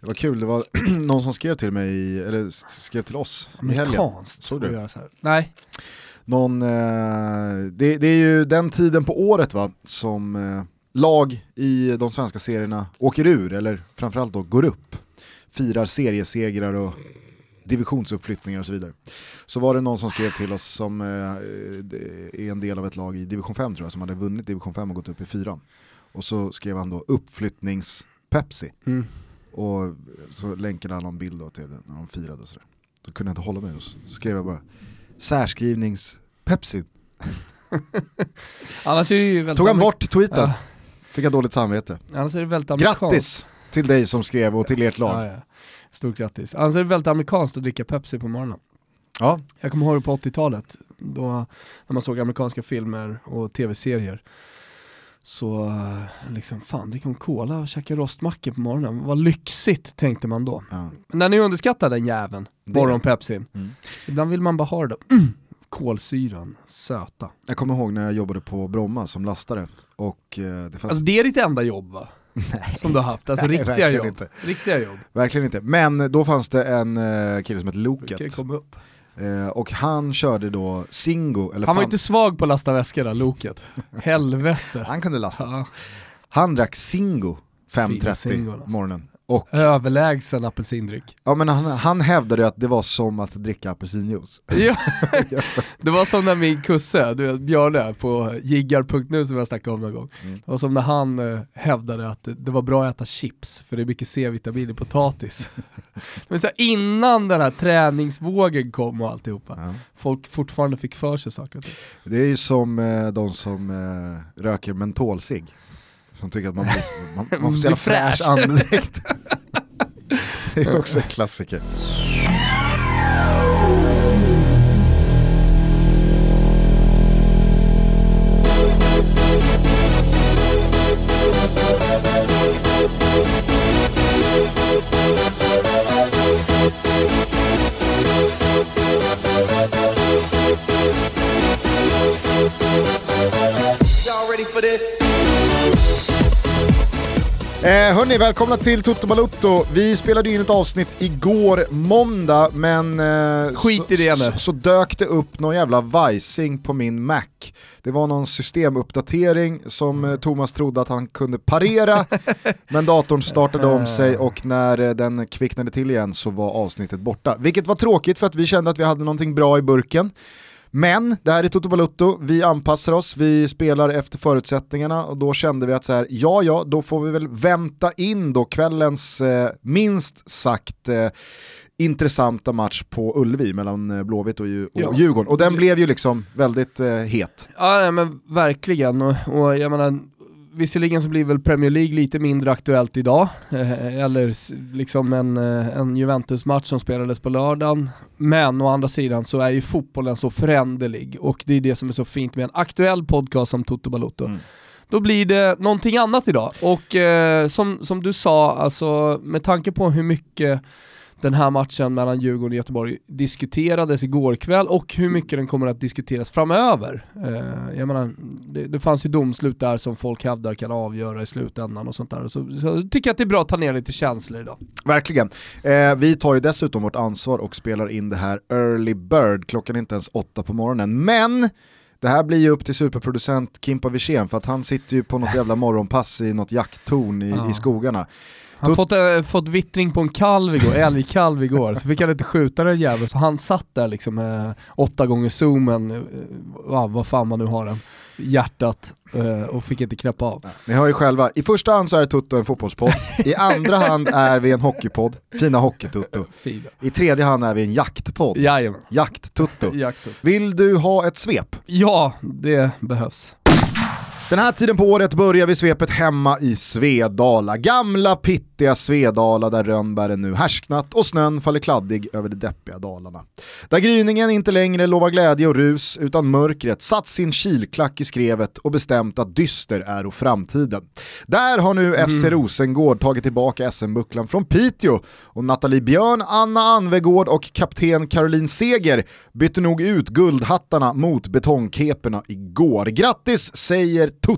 Det var kul, det var någon som skrev till mig, eller skrev till oss i helgen. Såg du? Så här. Nej. Det är ju den tiden på året va, som lag i de svenska serierna åker ur, eller framförallt då går upp. Firar seriesegrar och divisionsuppflyttningar och så vidare. Så var det någon som skrev till oss som är en del av ett lag i division 5 tror jag, som hade vunnit division 5 och gått upp i 4. Och så skrev han då uppflyttnings-Pepsi. Och så länkade han någon bild då till när de firade och sådär. Då kunde jag inte hålla mig och så skrev jag bara särskrivnings-Pepsi. Annars är det ju väldigt tog han bort tweeten. Fick jag dåligt samvete. Annars är det väldigt amerikanskt. Grattis till dig som skrev och till ert lag. Ja. Stort grattis. Annars är det väldigt amerikanskt att dricka Pepsi på morgonen. Ja. Jag kommer ihåg på 80-talet då när man såg amerikanska filmer och tv-serier. Så liksom, fan, dricker en cola och käkar rostmackor på morgonen. Vad lyxigt, tänkte man då. Ja. Men när ni underskattar den jäveln, morgonpepsin. Ibland vill man bara ha det. Kolsyran, söta. Jag kommer ihåg när jag jobbade på Bromma som lastare. Och, det fanns... Alltså det är ditt enda jobb va? Nej. Som du har haft, alltså Nej, riktiga jobb. inte. Riktiga jobb. Verkligen inte. Men då fanns det en kille som hette Loket. Okej, kom upp. Och han körde då Singo. Eller han var inte svag på att lasta väskor där, Loket. Helvete. Han kunde lasta. Ja. Han drack Singo 5:30 alltså. morgonen. Och, överlägsen apelsindryck. Ja, men han hävdade att det var som att dricka apelsinjuice. Ja, det var som när min kusse, du vet, Björn på jiggar.nu som jag snackade om någon gång. Det var som när han hävdade att det var bra att äta chips för det är mycket C-vitamin i potatis. Men så här, innan den här träningsvågen kom och alltihopa. Ja. Folk fortfarande fick för sig saker. Det är ju som de som röker mentolcigg. Som tycker att man får se fräsch andedräkt. Det är också en klassiker. Y'all ready for this? Hörni, välkomna till Toto Balutto. Vi spelade in ett avsnitt igår måndag, men skit i det så dök det upp någon jävla vajsing på min Mac. Det var någon systemuppdatering som Thomas trodde att han kunde parera, men datorn startade om sig och när den kvicknade till igen så var avsnittet borta. Vilket var tråkigt för att vi kände att vi hade någonting bra i burken. Men det här är Toto Balutto, vi anpassar oss, vi spelar efter förutsättningarna och då kände vi att så här, ja, då får vi väl vänta in då kvällens minst sagt intressanta match på Ullevi mellan Blåvitt och Djurgården. Och den blev ju liksom väldigt het. Ja, men verkligen. Och jag menar, visserligen så blir väl Premier League lite mindre aktuellt idag. Eller liksom en Juventus-match som spelades på lördagen. Men å andra sidan så är ju fotbollen så föränderlig. Och det är det som är så fint med en aktuell podcast som Toto Balutto. Då blir det någonting annat idag. Och som du sa, alltså, med tanke på hur mycket den här matchen mellan Djurgården och Göteborg diskuterades igår kväll och hur mycket den kommer att diskuteras framöver. Jag menar, det fanns ju domslut där som folk hävdar kan avgöra i slutändan och sånt där. Så jag tycker att det är bra att ta ner lite känslor idag. Verkligen. Vi tar ju dessutom vårt ansvar och spelar in det här early bird. Klockan är inte ens 8 på morgonen. Men det här blir ju upp till superproducent Kimpa Wirsén för att han sitter ju på något jävla morgonpass i något jakttorn i skogarna. Han fått vittring på en kalv igår, älgkalv igår, så fick han inte skjuta den jäveln, så han satt där liksom 8 gånger zoomen, vad fan man nu har den, hjärtat, och fick inte knäppa av. Ni hör ju själva, i första hand så är Tutto en fotbollspodd, i andra hand är vi en hockeypodd, fina hockeytutto. I tredje hand är vi en jaktpodd. Jajamän. Jakttutto. Vill du ha ett svep? Ja, det behövs. Den här tiden på året börjar vi svepet hemma i Svedala. Gamla pittiga Svedala där rönnbären nu härsknat och snön faller kladdig över de deppiga dalarna. Där gryningen inte längre lovar glädje och rus utan mörkret satt sin kilklack i skrevet och bestämt att dyster är och framtiden. Där har nu FC Rosengård tagit tillbaka SM-bucklan från Piteå och Nathalie Björn, Anna Anvegård och kapten Caroline Seger bytte nog ut guldhattarna mot betongkeperna igår. Grattis säger Tutto.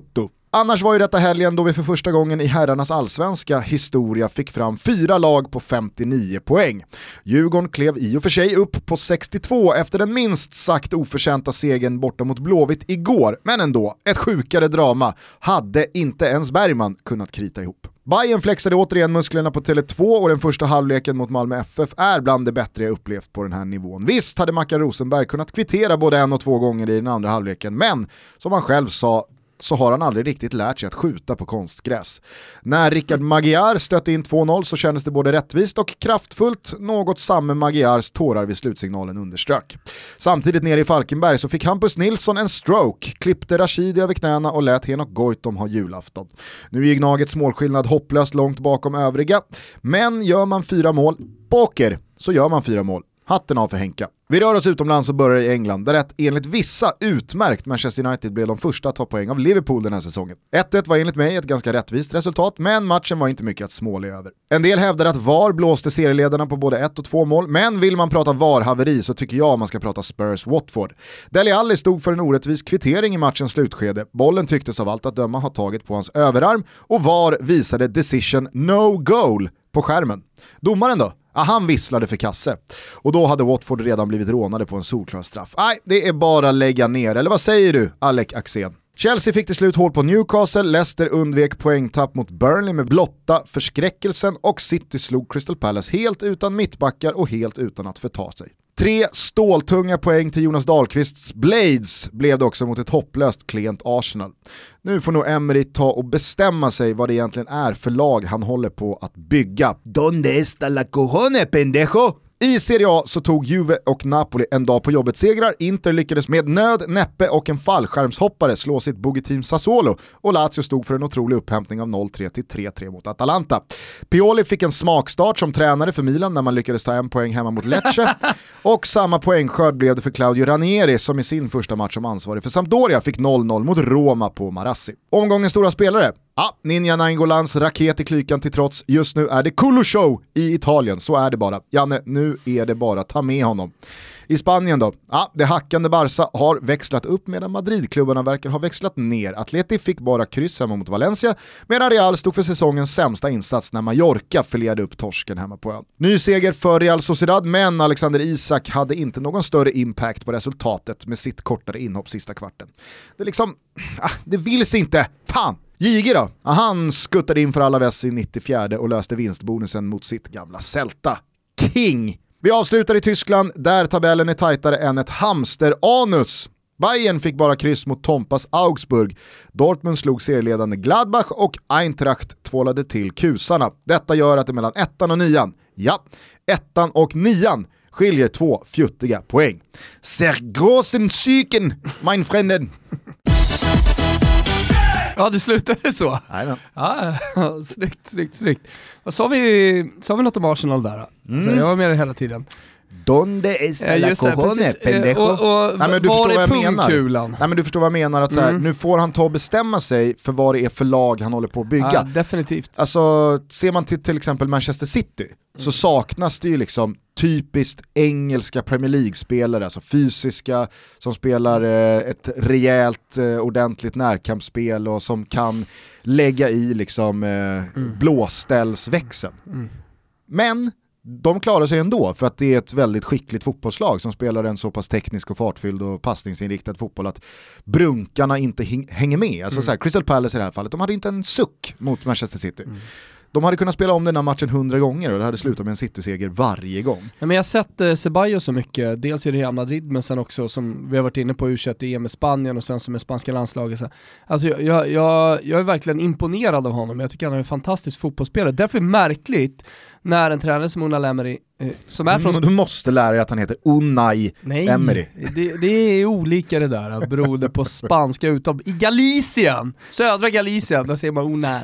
Annars var ju detta helgen då vi för första gången i herrarnas allsvenska historia fick fram 4 lag på 59 poäng. Djurgården klev i och för sig upp på 62 efter den minst sagt oförtjänta segern borta mot Blåvitt igår, men ändå, ett sjukare drama hade inte ens Bergman kunnat krita ihop. Bayern flexade återigen musklerna på Tele2 och den första halvleken mot Malmö FF är bland det bättre jag upplevt på den här nivån. Visst hade Mackan Rosenberg kunnat kvittera både 1 och 2 gånger i den andra halvleken, men som han själv sa så har han aldrig riktigt lärt sig att skjuta på konstgräs. När Rickard Magyar stötte in 2-0 så kändes det både rättvist och kraftfullt, något samme Magyars tårar vid slutsignalen underströk. Samtidigt nere i Falkenberg så fick Hampus Nilsson en stroke, klippte Rashidi över knäna och lät Henok Goitom ha julafton. Nu är Gnagets målskillnad hopplöst långt bakom övriga, men gör man 4 mål på åker så gör man 4 mål. Hatten av för Henka. Vi rör oss utomlands och börjar i England, där enligt vissa utmärkt Manchester United blev de första att ta poäng av Liverpool den här säsongen. 1-1 var enligt mig ett ganska rättvist resultat, men matchen var inte mycket att småla över. En del hävdar att VAR blåste serieledarna på både 1 och 2 mål, men vill man prata VAR-haveri så tycker jag man ska prata Spurs-Watford. Dele Alli stod för en orättvis kvittering i matchens slutskede. Bollen tycktes av allt att döma ha tagit på hans överarm och VAR visade decision no goal på skärmen. Domaren då? Han visslade för kasse. Och då hade Watford redan blivit rånade på en solklar straff. Nej, det är bara lägga ner. Eller vad säger du, Alec Axén? Chelsea fick till slut hål på Newcastle, Leicester undvek poängtapp mot Burnley med blotta förskräckelsen och City slog Crystal Palace helt utan mittbackar och helt utan att förta sig. 3 ståltunga poäng till Jonas Dahlqvists Blades blev det också mot ett hopplöst klent Arsenal. Nu får nog Emery ta och bestämma sig vad det egentligen är för lag han håller på att bygga. Donde está la cojone, pendejo? I Serie A så tog Juve och Napoli en dag på jobbet segrar. Inter lyckades med nöd, näppe och en fallskärmshoppare slå sitt bogeyteam Sassuolo och Lazio stod för en otrolig upphämtning av 0-3 till 3-3 mot Atalanta. Pioli fick en smakstart som tränare för Milan när man lyckades ta 1 poäng hemma mot Lecce och samma poängskörd blev det för Claudio Ranieri som i sin första match som ansvarig för Sampdoria fick 0-0 mot Roma på Marassi. Omgångens stora spelare? Ninja Naingolans raket i klykan till trots, just nu är det Kulu Show i Italien, så är det bara. Janne, nu är det bara, ta med honom. I Spanien då? Det hackande Barca har växlat upp medan Madridklubbarna verkar ha växlat ner. Atleti fick bara kryss hemma mot Valencia, medan Real stod för säsongens sämsta insats när Mallorca förledde upp torsken hemma på ön. Ny seger för Real Sociedad, men Alexander Isak hade inte någon större impact på resultatet med sitt kortare inhopp sista kvarten. Det liksom, det vill sig inte, fan! Jige då? Han skuttade in för alla väss i 94 och löste vinstbonusen mot sitt gamla Celta. King! Vi avslutar i Tyskland där tabellen är tajtare än ett hamsteranus. Bayern fick bara kryss mot Tompas Augsburg. Dortmund slog serieledande Gladbach och Eintracht tvålade till kusarna. Detta gör att det mellan 1 och 9, 1 och 9 skiljer 2 fjuttiga poäng. Sehr großen Psyken, mein Frenden. Ja, det slutade så. Ja, snyggt. Vad sa vi något om Arsenal där? Så jag var med det hela tiden. Donde está la cojone, pendejo? Nej, men du förstår vad jag menar. Nej, men du förstår vad jag menar, att så här, nu får han ta och bestämma sig för vad det är för lag han håller på att bygga. Ja, definitivt. Alltså, ser man till exempel Manchester City så saknas det ju liksom typiskt engelska Premier League-spelare, alltså fysiska, som spelar ett rejält, ordentligt närkampsspel och som kan lägga i liksom blåställsväxeln. Men de klarar sig ändå för att det är ett väldigt skickligt fotbollslag som spelar en så pass teknisk och fartfylld och passningsinriktad fotboll att brunkarna inte hänger med. Alltså så här, Crystal Palace i det här fallet, de hade inte en suck mot Manchester City. De hade kunnat spela om den här matchen 100 gånger och det hade slutat med en City-seger varje gång. Ja, men jag har sett Ceballos så mycket, dels i Real Madrid men sen också som vi har varit inne på U21 med Spanien och sen som med spanska landslaget. Alltså jag är verkligen imponerad av honom. Jag tycker han är en fantastisk fotbollsspelare. Därför är det märkligt när en tränare som Unai Emery som är från... Du måste lära dig att han heter Unai Emery. Det är olika det där, beroende på spanska utav i Galicien, södra Galicien, där ser man Unai.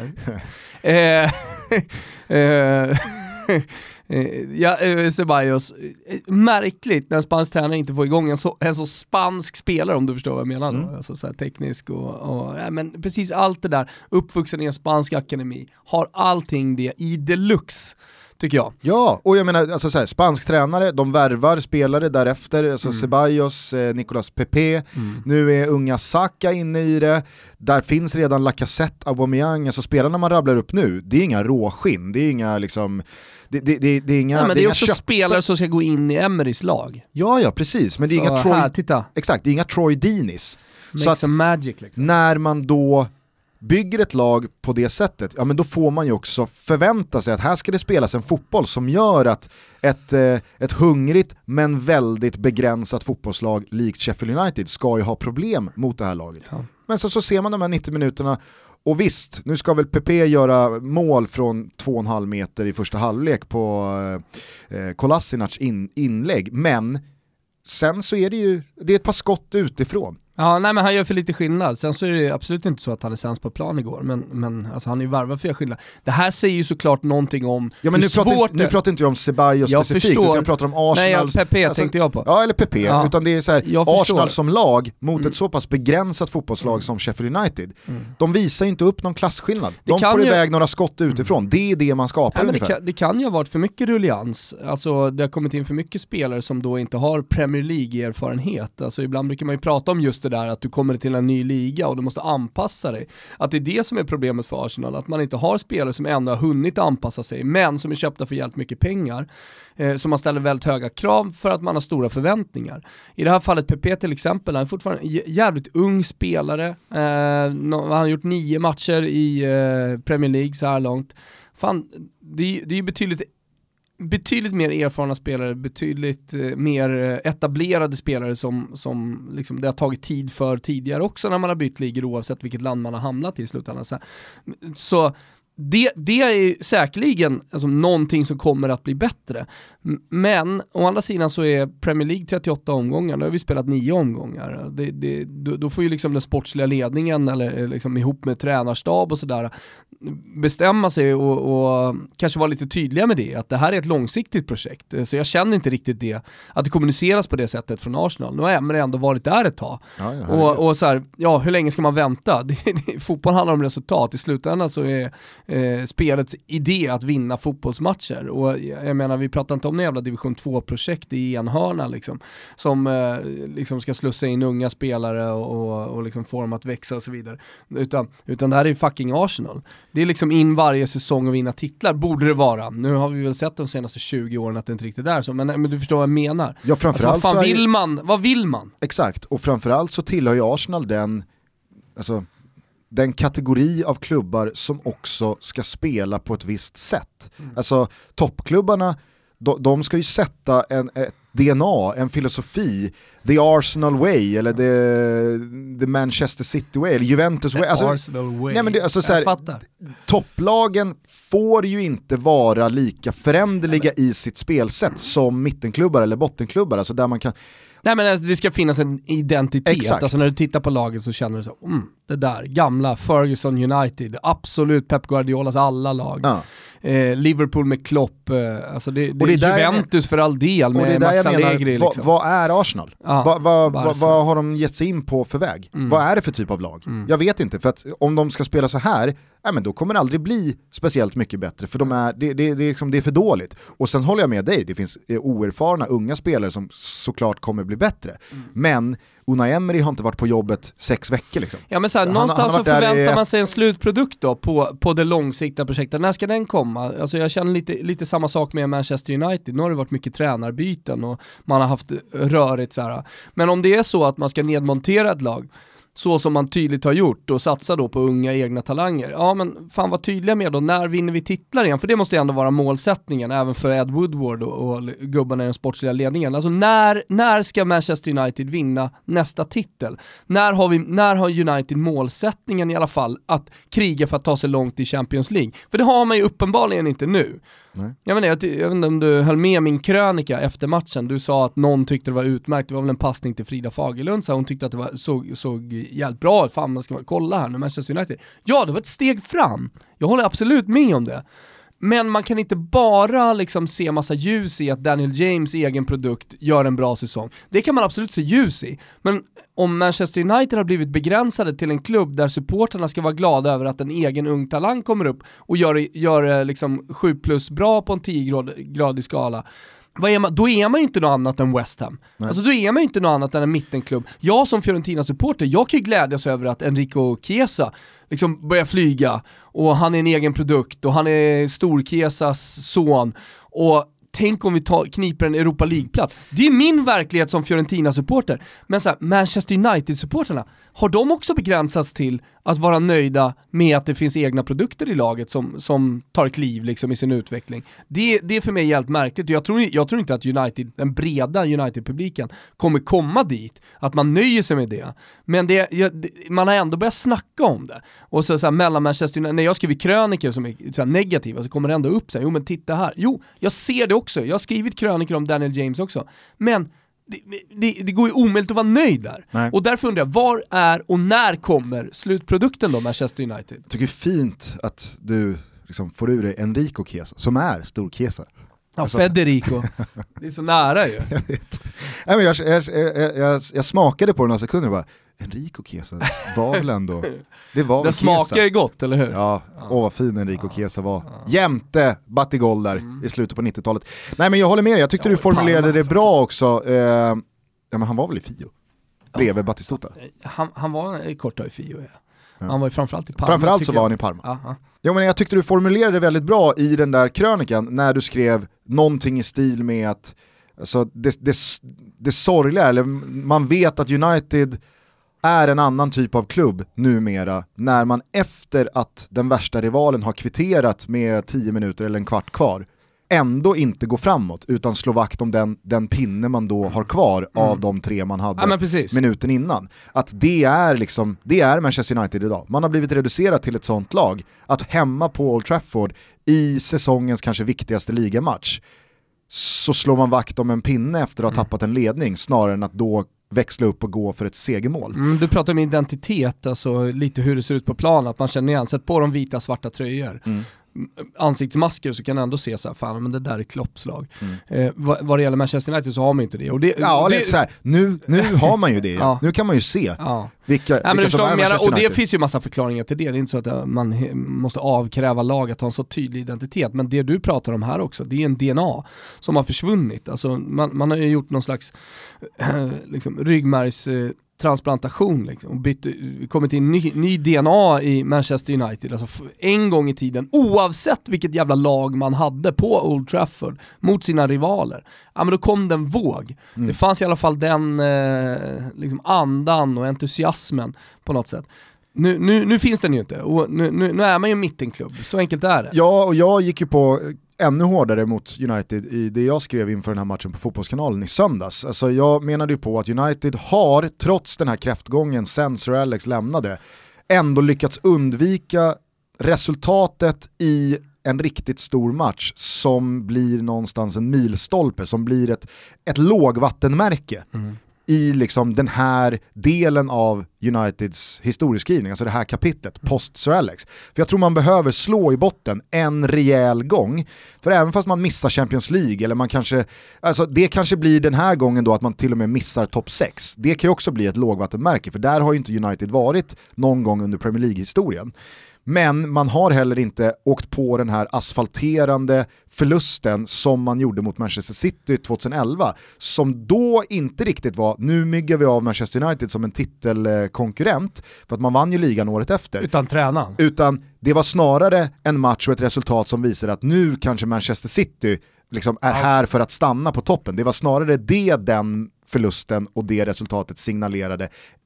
Ceballos, märkligt när en spansk tränare inte får igång en så spansk spelare, om du förstår vad jag menar. Alltså så här teknisk och men precis allt det där, uppvuxen i en spansk akademi, har allting det i deluxe. tycker jag. Ja, och jag menar, alltså så här, spansk tränare, de värvar spelare därefter, alltså Ceballos, Nicolas Pepe, nu är unga Saka inne i det, där finns redan Lacazette, Aubameyang, alltså spelarna man rabblar upp nu, det är inga råskinn, det är inga liksom... Det är inga, nej, men det är också köpta spelare som ska gå in i Emerys lag. Ja, precis. Men det är så inga Troy... här, titta. Exakt, det är inga Troy Deeneys. Make så att some magic, liksom. när man då bygger ett lag på det sättet, ja men då får man ju också förvänta sig att här ska det spelas en fotboll som gör att ett hungrigt men väldigt begränsat fotbollslag likt Sheffield United ska ju ha problem mot det här laget. Ja. Men så ser man de här 90 minuterna. Och visst, nu ska väl Pepe göra mål från 2,5 meter i första halvlek på Kolasinac inlägg, men sen så är det är ett par skott utifrån. Ja, nej, men han gör för lite skillnad. Sen så är det absolut inte så att han är sämst på plan igår, men alltså, han är ju varvad för att göra skillnad. Det här säger ju såklart någonting om men nu pratar inte jag om Ceballos specifikt, utan jag pratar om Arsenal. Nej, Pepe tänkte jag på. Ja, eller Pepe, utan det är så här, Arsenal som lag mot ett så pass begränsat fotbollslag som Sheffield United. De visar inte upp någon klasskillnad. De får iväg några skott utifrån. Det är det man skapar ungefär. Det kan ju ha varit för mycket rullians. Alltså, det har kommit in för mycket spelare som då inte har Premier League-erfarenhet. Alltså, ibland brukar man ju prata om just det där att du kommer till en ny liga och du måste anpassa dig. Att det är det som är problemet för Arsenal, att man inte har spelare som ändå har hunnit anpassa sig, men som är köpta för jävligt mycket pengar, så man ställer väldigt höga krav för att man har stora förväntningar. I det här fallet Pepe till exempel, han är fortfarande en jävligt ung spelare. Han har gjort 9 matcher i Premier League så här långt. Fan, det är ju betydligt mer erfarna spelare, betydligt mer etablerade spelare som liksom det har tagit tid för tidigare också när man har bytt ligor, oavsett vilket land man har hamnat i slutändan. Så det är säkerligen alltså någonting som kommer att bli bättre. Men å andra sidan så är Premier League 38 omgångar, då har vi spelat 9 omgångar. Då får ju liksom den sportsliga ledningen eller liksom ihop med tränarstab och sådär bestämma sig och kanske vara lite tydliga med det, att det här är ett långsiktigt projekt. Så jag känner inte riktigt det, att det kommuniceras på det sättet från Arsenal. Nu har Emery ändå varit där ett tag. Och så här, hur länge ska man vänta? Fotboll handlar om resultat. I slutändan så är spelets idé att vinna fotbollsmatcher. Och jag menar, vi pratar inte om några jävla division 2-projekt i enhörna liksom, som liksom ska slussa in unga spelare och liksom få dem att växa och så vidare. Utan det här är fucking Arsenal. Det är liksom in varje säsong och vinna titlar, borde det vara. Nu har vi väl sett de senaste 20 åren att det inte riktigt är så, men du förstår vad jag menar. Ja, framförallt alltså, vad vill man? Exakt, och framförallt så tillhör ju Arsenal den kategori av klubbar som också ska spela på ett visst sätt. Alltså toppklubbarna, de ska ju sätta ett DNA, en filosofi, the Arsenal way eller the Manchester City way eller Juventus way. Alltså, Arsenal way. Nej, men alltså, så här, topplagen får ju inte vara lika föränderliga i sitt spelsätt som mittenklubbar eller bottenklubbar, alltså där man kan. Nej, men alltså, det ska finnas en identitet. Exakt. Alltså när du tittar på laget så känner du så, det där gamla Ferguson United, absolut Pep Guardiolas alla lag. Ja. Liverpool med Klopp, alltså det är Juventus för all del med Max Allegri. Liksom. Vad är Arsenal? Vad har de gett sig in på för väg? Vad är det för typ av lag? Jag vet inte, för att om de ska spela så här, men då kommer det aldrig bli speciellt mycket bättre, för det är för dåligt. Och sen håller jag med dig, det finns oerfarna unga spelare som såklart kommer bli bättre. Men Unai Emery har inte varit på jobbet 6 veckor liksom. Ja, men så här, någonstans så förväntar man sig en slutprodukt då på det långsiktiga projektet. När ska den komma? Alltså jag känner lite samma sak med Manchester United. Nu har det varit mycket tränarbyten och man har haft rörigt så här. Men om det är så att man ska nedmontera ett lag så som man tydligt har gjort och satsa då på unga egna talanger. Ja, men fan vad tydliga med då, när vinner vi titlar igen? För det måste ju ändå vara målsättningen även för Ed Woodward och gubbarna i den sportsliga ledningen. Alltså när ska Manchester United vinna nästa titel? När har United målsättningen i alla fall att kriga för att ta sig långt i Champions League? För det har man ju uppenbarligen inte nu. Nej. Jag vet inte om du höll med min krönika efter matchen. Du sa att någon tyckte det var utmärkt. Det var väl en passning till Frida Fagerlund, så hon tyckte att det såg jävligt bra. Fan, man ska kolla här nu, Manchester United. Ja, det var ett steg fram. Jag håller absolut med om det. Men man kan inte bara liksom se massa ljus i att Daniel James egen produkt gör en bra säsong. Det kan man absolut se ljus i. Men om Manchester United har blivit begränsade till en klubb där supporterna ska vara glada över att en egen ung talang kommer upp och gör liksom 7+ bra på en 10-gradig skala, då är man ju inte något annat än West Ham. Alltså då är man ju inte något annat än en mittenklubb. Jag som Fiorentina-supporter, jag kan ju glädjas över att Enrico Chiesa liksom börjar flyga och han är en egen produkt och han är Stor-Chiesas son och tänk om vi kniper en Europa League-plats. Det är min verklighet som Fiorentina-supporter. Men så här, Manchester United-supporterna, har de också begränsats till att vara nöjda med att det finns egna produkter i laget som tar kliv liksom i sin utveckling? Det är för mig helt märkligt. Jag tror inte att den breda United-publiken kommer komma dit, att man nöjer sig med det. Men man har ändå börjat snacka om det. Och så här, mellan Manchester United, när jag skriver kröniker som är så här negativa, så kommer det ändå upp sig. Jo, men titta här. Jo, jag ser det också. Jag har skrivit kröniker om Daniel James också. Men det går ju omöjligt att vara nöjd där. Nej. Och därför undrar jag, var är och när kommer slutprodukten då, Manchester United? Jag tycker det är fint att du liksom får ur dig Enrico Chiesa, som är Stor-Chiesa. Ja, alltså, Federico. Det är så nära ju. Jag vet. Nej, men jag smakade på den här sekunden och bara, Enrico Chiesa var väl ändå... Det smakar ju gott, eller hur? Ja, vad fin Enrico Chiesa var. Jämte Battigol där i slutet på 90-talet. Nej, men jag håller med dig. Jag tyckte du formulerade det bra också. Men han var väl i Fio? Bredvid Battistuta. Han var kort i Fio, ja. Han var ju framförallt i Parma. Framförallt så var han i Parma. Jo, men jag tyckte du formulerade det väldigt bra i den där krönikan när du skrev någonting i stil med att alltså, det sorgliga, eller man vet att United är en annan typ av klubb numera när man efter att den värsta rivalen har kvitterat med 10 minuter eller en kvart kvar ändå inte går framåt utan slår vakt om den pinne man då har kvar av de 3 man hade minuten innan. Att det är Manchester United idag. Man har blivit reducerat till ett sånt lag att hemma på Old Trafford i säsongens kanske viktigaste ligamatch så slår man vakt om en pinne efter att ha tappat en ledning snarare än att då växla upp och gå för ett segermål. Du pratar om identitet, alltså lite hur det ser ut på plan, att man känner igen, sätt på de vita svarta tröjor. Ansiktsmasker så kan ändå se så här, fan, men det där är kloppslag. Vad det gäller Manchester United så har man inte det. Och lite så här, nu har man ju det. Ja. Nu kan man ju se vilka som är Manchester och det United. finns ju massa förklaringar till det. Det är inte så att man måste avkräva laget att ha en så tydlig identitet. Men det du pratar om här också, det är en DNA som har försvunnit. Alltså man har ju gjort någon slags liksom, ryggmärgstransplantation liksom, och kommit in ny DNA i Manchester United, alltså en gång i tiden, oavsett vilket jävla lag man hade på Old Trafford mot sina rivaler, ja, men då kom den våg. Det fanns i alla fall den liksom andan och entusiasmen på något sätt. Nu finns den ju inte, och nu är man ju en mittenklubb, så enkelt är det. Ja, och jag gick ju på ännu hårdare mot United i det jag skrev inför den här matchen på Fotbollskanalen i söndags. Alltså jag menade ju på att United har, trots den här kräftgången sen Sir Alex lämnade, ändå lyckats undvika resultatet i en riktigt stor match som blir någonstans en milstolpe, som blir ett lågvattenmärke i liksom den här delen av Uniteds historieskrivning, alltså det här kapitlet post Sir Alex. För jag tror man behöver slå i botten en rejäl gång, för även fast man missar Champions League, eller man kanske, alltså det kanske blir den här gången då att man till och med missar topp 6, det kan ju också bli ett lågvattenmärke, för där har ju inte United varit någon gång under Premier League-historien. Men man har heller inte åkt på den här asfalterande förlusten som man gjorde mot Manchester City 2011, som då inte riktigt var, nu myggar vi av Manchester United som en titelkonkurrent, för att man vann ju ligan året efter. Utan tränaren. Utan det var snarare en match och ett resultat som visar att nu kanske Manchester City liksom är här för att stanna på toppen. Det var snarare den förlusten och det resultatet signalerade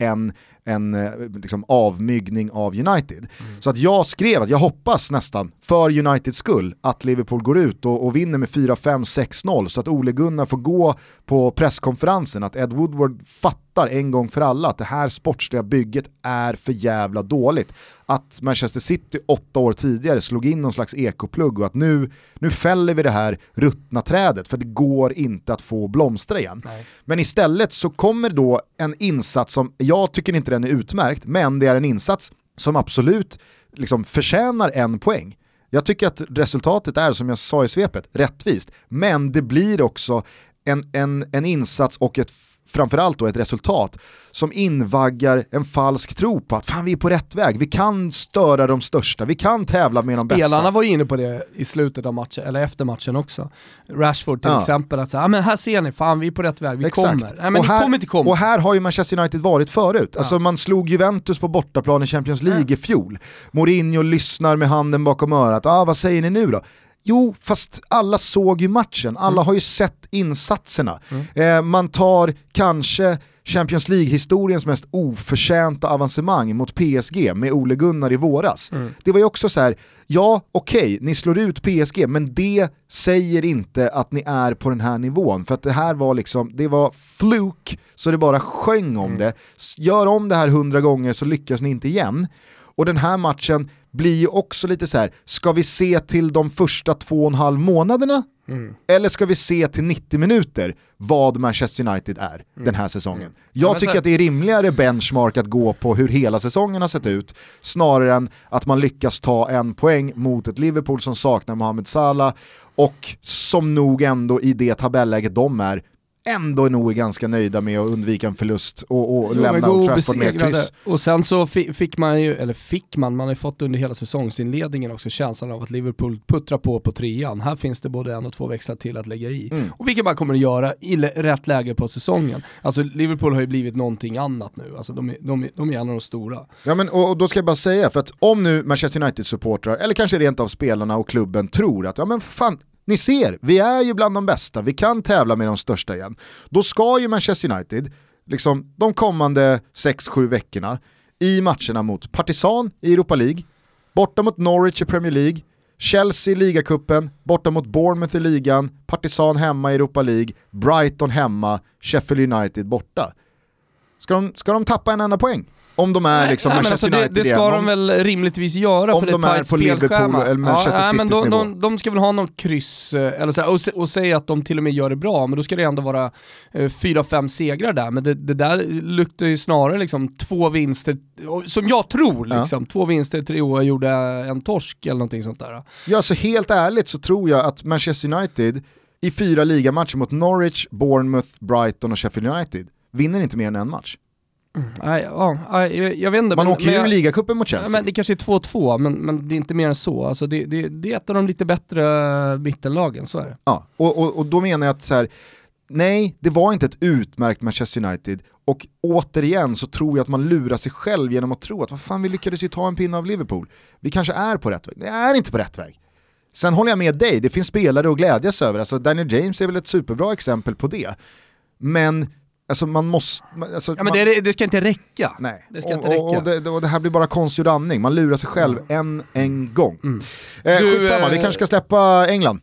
en liksom avmygning av United. Så att jag skrev att jag hoppas nästan för Uniteds skull att Liverpool går ut och vinner med 4-5-6-0, så att Ole Gunnar får gå på presskonferensen, att Ed Woodward fattar en gång för alla att det här sportsliga bygget är för jävla dåligt. Att Manchester City 8 år tidigare slog in någon slags ekoplugg och att nu fäller vi det här ruttna trädet, för det går inte att få blomstra igen. Nej. Men istället så kommer då en insats som, jag tycker inte den är utmärkt, men det är en insats som absolut liksom förtjänar en poäng. Jag tycker att resultatet är, som jag sa i svepet, rättvist. Men det blir också en insats och framförallt då ett resultat som invaggar en falsk tro på att fan, vi är på rätt väg, vi kan störa de största, vi kan tävla med de bästa. Spelarna var ju inne på det i slutet av matchen, eller efter matchen också. Rashford till exempel, att säga, men här ser ni, fan vi är på rätt väg, vi kommer. Nej, men här, kommer inte komma. Och här har ju Manchester United varit förut. Alltså man slog Juventus på bortaplan i Champions League i fjol. Mourinho lyssnar med handen bakom örat. Vad säger ni nu då? Jo, fast alla såg ju matchen. Alla har ju sett insatserna. Man tar kanske Champions League-historiens mest oförtjänta avancemang mot PSG med Ole Gunnar i våras. Det var ju också så här, ja okej, ni slår ut PSG, men det säger inte att ni är på den här nivån. För att det här var liksom, det var fluk, så det bara sjöng om det. Gör om det här 100 gånger så lyckas ni inte igen. Och den här matchen blir ju också lite så här, ska vi se till de första 2,5 månaderna? Eller ska vi se till 90 minuter vad Manchester United är den här säsongen? Jag tycker att det är rimligare benchmark att gå på hur hela säsongen har sett ut, snarare än att man lyckas ta en poäng mot ett Liverpool som saknar Mohamed Salah och som nog ändå i det tabelläget de är ändå nog ganska nöjda med att undvika en förlust och lämna Old Trafford med kryss. Och sen så fick man har ju fått under hela säsongsinledningen också känslan av att Liverpool puttrar på 3:an. Här finns det både 1 och 2 växlar till att lägga i. Och vilket man kommer att göra i rätt läge på säsongen. Alltså Liverpool har ju blivit någonting annat nu. Alltså de är en av de stora. Ja, men och då ska jag bara säga, för att om nu Manchester United-supportrar eller kanske rent av spelarna och klubben tror att ja men fan, ni ser, vi är ju bland de bästa, vi kan tävla med de största igen. Då ska ju Manchester United, liksom de kommande 6-7 veckorna i matcherna mot Partizan i Europa League, borta mot Norwich i Premier League, Chelsea i ligacupen, borta mot Bournemouth i ligan, Partizan hemma i Europa League, Brighton hemma, Sheffield United borta. Ska de tappa en enda poäng? Om de är liksom Manchester United det ska de väl rimligtvis göra, om för det de är är på Liverpool eller Manchester Citys nivå. De ska väl ha någon kryss eller så och säga att de till och med gör det bra, men då ska det ändå vara 4-5 segrar där. Men det där luktar ju snarare liksom 2 vinster, som jag tror liksom, 2 vinster, 3 år gjorde en torsk eller någonting sånt där. Ja, så helt ärligt så tror jag att Manchester United i 4 ligamatcher mot Norwich, Bournemouth, Brighton och Sheffield United vinner inte mer än en match. Jag vet inte, man åker ju i ligacupen mot Chelsea. Men det kanske är 2-2, men det är inte mer än så. Alltså det är ett av de lite bättre mittenlagen, så är det. Ja, och då menar jag att så här, nej, det var inte ett utmärkt Manchester United. Och återigen så tror jag att man lurar sig själv genom att tro att vad fan, vi lyckades ju ta en pinne av Liverpool. Vi kanske är på rätt väg. Det är inte på rätt väg. Sen håller jag med dig, det finns spelare att glädjas över. Alltså Daniel James är väl ett superbra exempel på det. Men alltså man måste... Alltså, ja, men det ska inte räcka. Nej. Det ska inte räcka. Och det här blir bara konstgjord andning. Man lurar sig själv en gång. Skitsamma, vi kanske ska släppa England.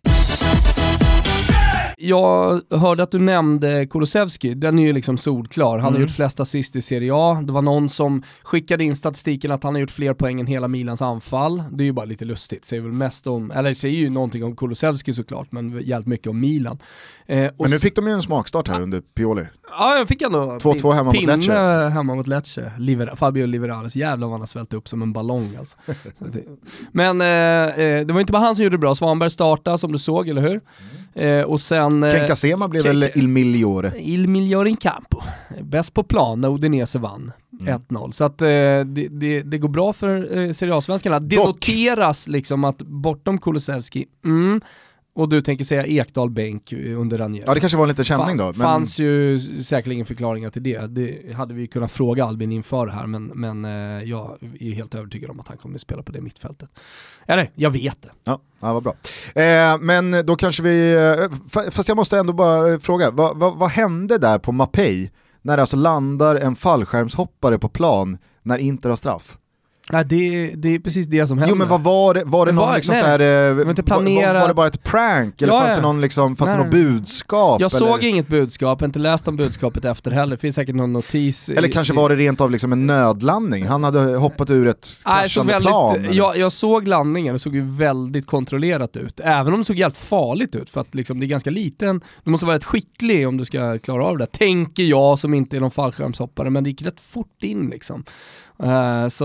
Jag hörde att du nämnde Kulusevski. Den är ju liksom solklar. Han har gjort flest assist i Serie A. Det var någon som skickade in statistiken att han har gjort fler poäng än hela Milans anfall. Det är ju bara lite lustigt. Säger väl mest om, eller säger ju någonting om Kulusevski såklart, men jävligt mycket om Milan. Men nu fick de ju en smakstart här under Pioli. Ja, jag fick ändå 2-2 hemma mot Lecce. Hemma mot Lecce. Fabio Liverales, jävlar vad han har svällt upp som en ballong alltså. Men det var inte bara han som gjorde det bra. Svanberg startade som du såg, eller hur? Och sen Ken Casema blev väl Il Migliore in campo. Bäst på plan när Udinese vann 1-0. Så att det går bra för Serie A-svenskarna. Det noteras liksom att bortom Kulusevski och du tänker säga Ekdal bänk under Ranieri. Ja, det kanske var en liten känning då. Men fanns ju säkerligen förklaringar till det. Det hade vi kunnat fråga Albin inför det här, men jag är helt övertygad om att han kommer att spela på det mittfältet. Eller, jag vet det. Ja, vad bra. Men då kanske vi... Fast jag måste ändå bara fråga, vad hände där på Mapei när det alltså landar en fallskärmshoppare på plan när Inter har straff? Ja, det är precis det som hände. Jo, men vad var det? Var det någon liksom så här, var det bara ett prank? Eller fanns det någon liksom, något budskap? Jag såg inget budskap, inte läst om budskapet efter heller. Det finns säkert någon notis. Eller kanske var det rent av liksom en nödlandning. Han hade hoppat ur ett kraschande plan. Jag såg landningen, det såg ju väldigt kontrollerat ut. Även om det såg helt farligt ut, för att liksom, det är ganska liten. Du måste vara rätt skicklig om du ska klara av det. Tänker jag, som inte är någon fallskärmshoppare, men det gick rätt fort in liksom. Så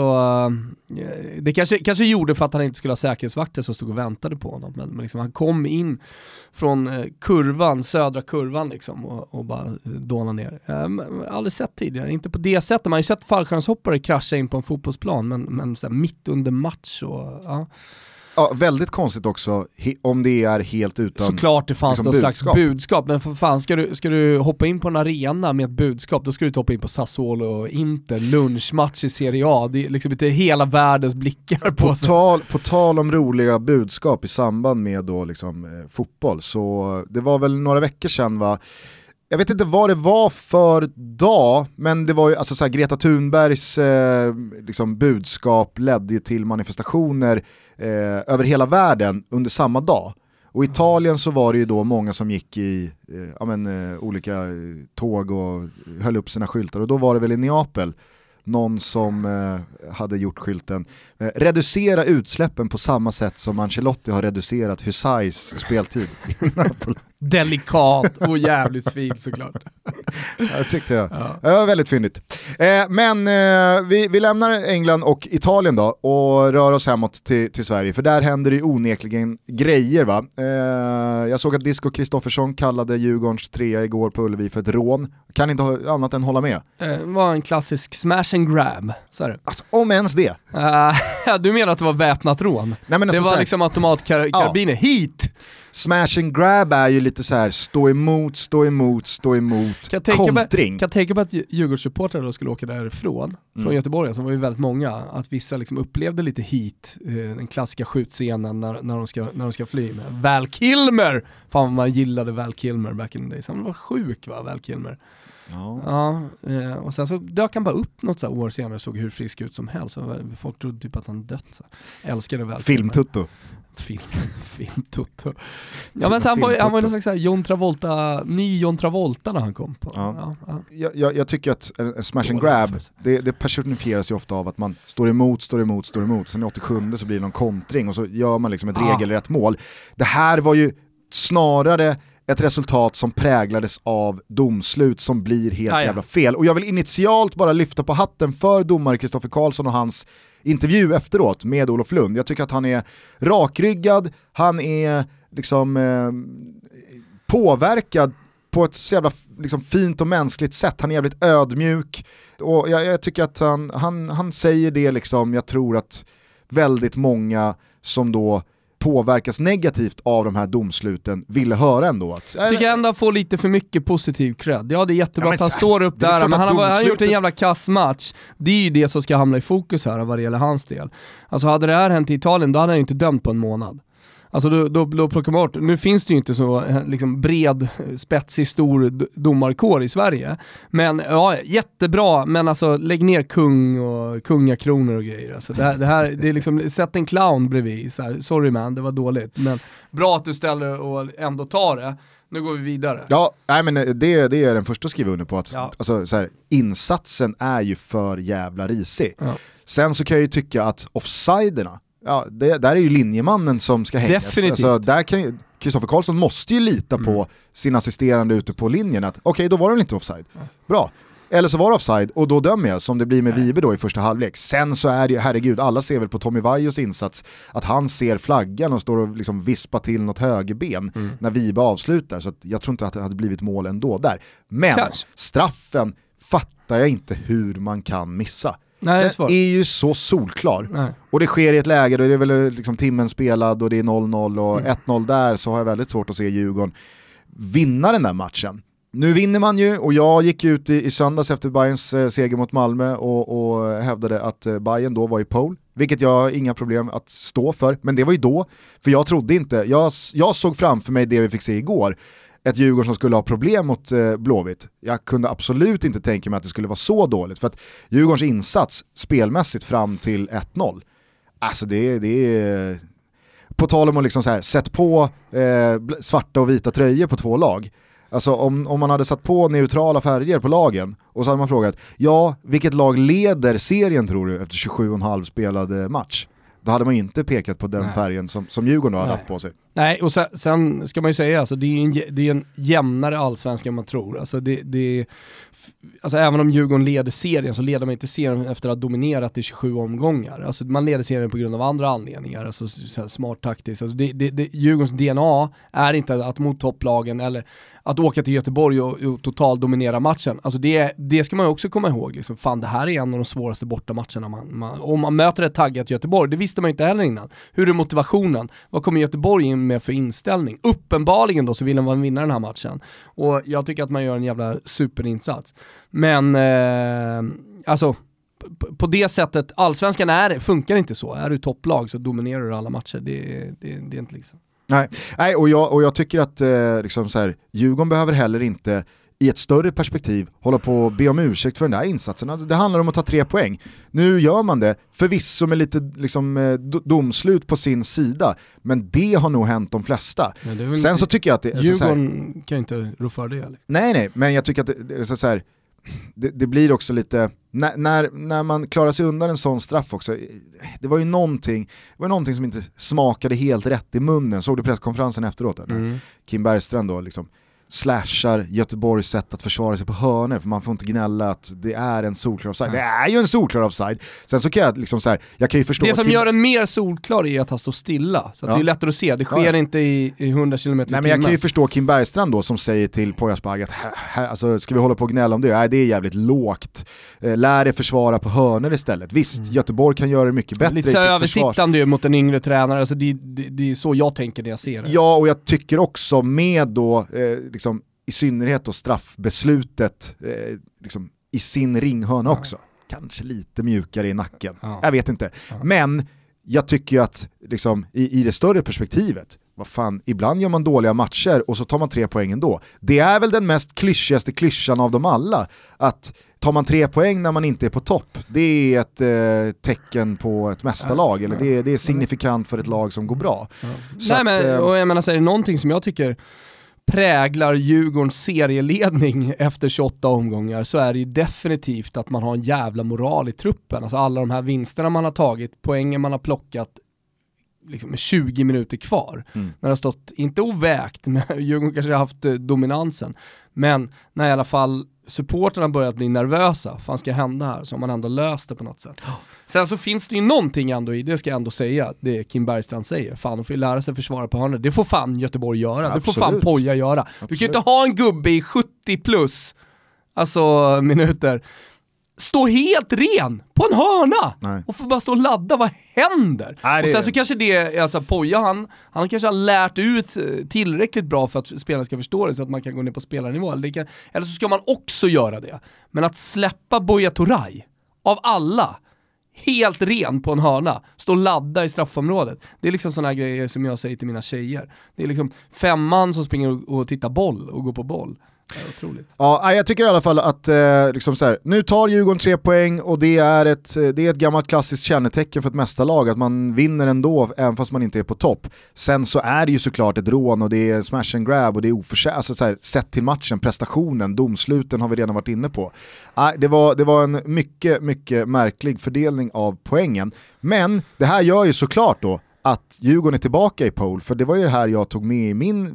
det kanske gjorde för att han inte skulle ha säkerhetsvakter som stod och väntade på honom, men liksom, han kom in från södra kurvan liksom, och bara dånade ner. Aldrig sett tidigare, inte på det sättet. Man har ju sett fallskärmshoppare krascha in på en fotbollsplan, men så här, mitt under match och Ja, väldigt konstigt också om det är helt utan. Såklart det fanns liksom någon slags budskap, men för fan, ska du hoppa in på en arena med ett budskap, då ska du inte hoppa in på Sassuolo och inte lunchmatch i Serie A. Det är liksom inte hela världens blickar på sig. På tal om roliga budskap i samband med då liksom fotboll, så det var väl några veckor sedan, va? Jag vet inte vad det var för dag, men det var ju alltså så här, Greta Thunbergs liksom budskap ledde ju till manifestationer över hela världen under samma dag. Och i Italien så var det ju då många som gick i olika tåg och höll upp sina skyltar. Och då var det väl i Neapel någon som hade gjort skylten reducera utsläppen på samma sätt som Ancelotti har reducerat Hysajs speltid i Napoli. Delikat och jävligt fint såklart. Jag tyckte jag. Det var väldigt fyndigt. Men vi lämnar England och Italien då och rör oss hemåt till Sverige, för där händer det onekligen grejer, va? Jag såg att Disco Kristoffersson kallade Djurgårdens 3 igår på Ullevi för ett rån. Kan inte ha annat än hålla med. Det var en klassisk smash and grab, så är det. Alltså, om ens det. Du menar att det var väpnat rån? Nej, men alltså, det var liksom automatkarbiner, hit! Smash and grab är ju lite så här stå emot, kontring. Kan tänka på att Djurgårdssupportrar då skulle åka därifrån, från Göteborg, som var ju väldigt många, att vissa liksom upplevde lite hit, den klassiska skjutscenen när de ska fly med Val Kilmer. Fan vad man gillade Val Kilmer back in the days. Han var sjuk, va, Val Kilmer. Ja, och sen så dök han bara upp något så här år senare, såg hur frisk ut som helst. Folk trodde typ att han dött. Så. Älskade Val Filmtutto. Filmtutto. Ja, men så han var ju någon slags ny John Travolta när han kom på. Ja. Jag tycker att smash and grab, det personifieras ju ofta av att man står emot. Sen i 87 så blir det någon kontring och så gör man liksom ett regelrätt mål. Det här var ju snarare ett resultat som präglades av domslut som blir helt jävla fel. Och jag vill initialt bara lyfta på hatten för domare Kristoffer Karlsson och hans intervju efteråt med Olof Lund. Jag tycker att han är rakryggad, han är liksom påverkad på ett så jävla liksom fint och mänskligt sätt. Han är jävligt ödmjuk och jag tycker att han säger det liksom, jag tror att väldigt många som då påverkas negativt av de här domsluten ville höra ändå att... Jag tycker ändå få lite för mycket positiv cred. Ja, det är jättebra att han står upp där, men han har gjort en jävla kassmatch. Det är ju det som ska hamna i fokus här vad det gäller hans del. Alltså hade det här hänt i Italien, då hade han ju inte dömt på en månad. Alltså då plockar man bort. Nu finns det ju inte så liksom bred, spetsig, stor domarkår i Sverige. Men ja, jättebra. Men alltså lägg ner kung och kungakronor och grejer. Alltså, det är liksom, sätt en clown bredvid. Så här, sorry man, det var dåligt. Men bra att du ställer och ändå tar det. Nu går vi vidare. Ja, nej, men det är den första att skriva under på. Att, alltså, så här, insatsen är ju för jävla risig. Ja. Sen så kan jag ju tycka att offsiderna, där är ju linjemannen som ska hängas. Definitivt. Alltså, där kan Kristoffer Karlsson måste ju lita på sin assisterande ute på linjen att okej, då var det inte offside. Bra. Eller så var det offside och då dömer jag, som det blir med Vibe då i första halvlek. Sen så är det, herregud, alla ser väl på Tommy Vaios insats att han ser flaggan och står och liksom vispar till något högerben när Vibe avslutar. Så att jag tror inte att det hade blivit mål ändå där. Men straffen fattar jag inte hur man kan missa. Nej, det är ju så solklar. Nej. Och det sker i ett läge då det är väl liksom timmen spelad och det är 0-0 och 1-0 där, så har jag väldigt svårt att se Djurgården vinna den där matchen. Nu vinner man ju, och jag gick ut i söndags efter Bayerns seger mot Malmö och hävdade att Bayern då var i pole, vilket jag har inga problem att stå för, men det var ju då, för jag trodde inte, jag såg framför mig det vi fick se igår, ett Djurgården som skulle ha problem mot Blåvitt. Jag kunde absolut inte tänka mig att det skulle vara så dåligt, för att Djurgårdens insats spelmässigt fram till 1-0, alltså det är på tal om att liksom så här, sätt på svarta och vita tröjor på två lag. Alltså om man hade satt på neutrala färger på lagen och så hade man frågat, vilket lag leder serien tror du efter 27,5 spelade match? Då hade man inte pekat på den färgen som Djurgården hade haft på sig. Nej, och sen ska man ju säga, alltså, det är en jämnare allsvenska än man tror. Alltså, alltså, även om Djurgården leder serien så leder man inte serien efter att ha dominerat i 27 omgångar. Alltså, man leder serien på grund av andra anledningar, alltså, smart taktiskt. Alltså, Djurgårdens DNA är inte att mot topplagen eller att åka till Göteborg och totalt dominera matchen. Alltså, det ska man ju också komma ihåg. Liksom. Fan, det här är en av de svåraste bortamatcherna. Om man möter ett taggat Göteborg, det visste man inte heller innan. Hur är motivationen? Vad kommer Göteborg in med för inställning? Uppenbarligen då så vill man vinna den här matchen. Och jag tycker att man gör en jävla superinsats. Men alltså på det sättet, allsvenskan funkar inte så. Är du topplag så dominerar du alla matcher. Det är inte liksom. Nej, och jag tycker att liksom så här, Djurgården behöver heller inte i ett större perspektiv hålla på och be om ursäkt för den där insatsen. Det handlar om att ta 3 poäng. Nu gör man det, förvisso med lite liksom, domslut på sin sida, men det har nog hänt de flesta. Ja, sen så tycker jag att Djurgården kan inte rå för det. Eller? Nej, men jag tycker att så här, det blir också lite när man klarar sig undan en sån straff också. Det var ju någonting som inte smakade helt rätt i munnen. Såg du presskonferensen efteråt? Kim Bergstrand då liksom slashar Göteborgs sätt att försvara sig på hörner, för man får inte gnälla att det är en solklar offside. Det är ju en solklar offside. Sen så kan jag liksom så här, jag kan ju förstå det som gör den mer solklar är att han står stilla, så att det är lättare att se. Det sker inte i 100 km/h. Nej, men jag kan ju förstå Kim Bergstrand då som säger till Poyas Bagge att alltså, ska vi hålla på och gnälla om det? Nej, det är jävligt lågt. Lär det försvara på hörner istället. Visst, Göteborg kan göra det mycket bättre. Lite så översittande mot en yngre tränare. Alltså, det är så jag tänker när jag ser det. Ja, och jag tycker också med då liksom, i synnerhet då straffbeslutet liksom, i sin ringhörna också. Kanske lite mjukare i nacken. Jag vet inte. Men jag tycker ju att liksom, i det större perspektivet, vad fan, ibland gör man dåliga matcher och så tar man 3 poäng ändå. Det är väl den mest klyschigaste klyschan av dem alla. Att tar man 3 poäng när man inte är på topp, det är ett tecken på ett mästarlag. Eller det är signifikant för ett lag som går bra. Så och jag menar, så är det någonting som jag tycker präglar Djurgårdens serieledning efter 28 omgångar, så är det ju definitivt att man har en jävla moral i truppen. Alltså alla de här vinsterna man har tagit, poängen man har plockat liksom med 20 minuter kvar. När det har stått, inte ovägt, men Djurgården kanske har haft dominansen. Men när i alla fall supporterna börjat bli nervösa, fan ska hända här, så har man ändå löst det på något sätt. Sen så finns det ju någonting ändå i, det ska jag ändå säga, det Kim Bergstrand säger. Fan, de får ju lära sig försvara på hörnet. Det får fan Göteborg göra. Absolut. Det får fan Poja göra. Absolut. Du kan ju inte ha en gubbe i 70 plus alltså minuter stå helt ren på en hörna. Nej. Och får bara stå och ladda. Vad händer? Nej, och sen så kanske det, alltså Poja han kanske har lärt ut tillräckligt bra för att spelarna ska förstå det, så att man kan gå ner på spelarnivå. Eller så ska man också göra det. Men att släppa Buya Turay av alla helt ren på en hörna, stå och ladda i straffområdet. Det är liksom såna grejer som jag säger till mina tjejer. Det är liksom 5 man som springer och tittar boll och går på boll. Det är otroligt. Ja, jag tycker i alla fall att liksom så här, nu tar Djurgården 3 poäng och det är ett gammalt klassiskt kännetecken för ett mästarlag, att man vinner ändå även fast man inte är på topp. Sen så är det ju såklart ett rån och det är smash and grab och det är oförtjänt, alltså så här, sett till matchen, prestationen, domsluten har vi redan varit inne på. Det var en mycket, mycket märklig fördelning av poängen. Men det här gör ju såklart då att Djurgården är tillbaka i pole, för det var ju det här jag tog med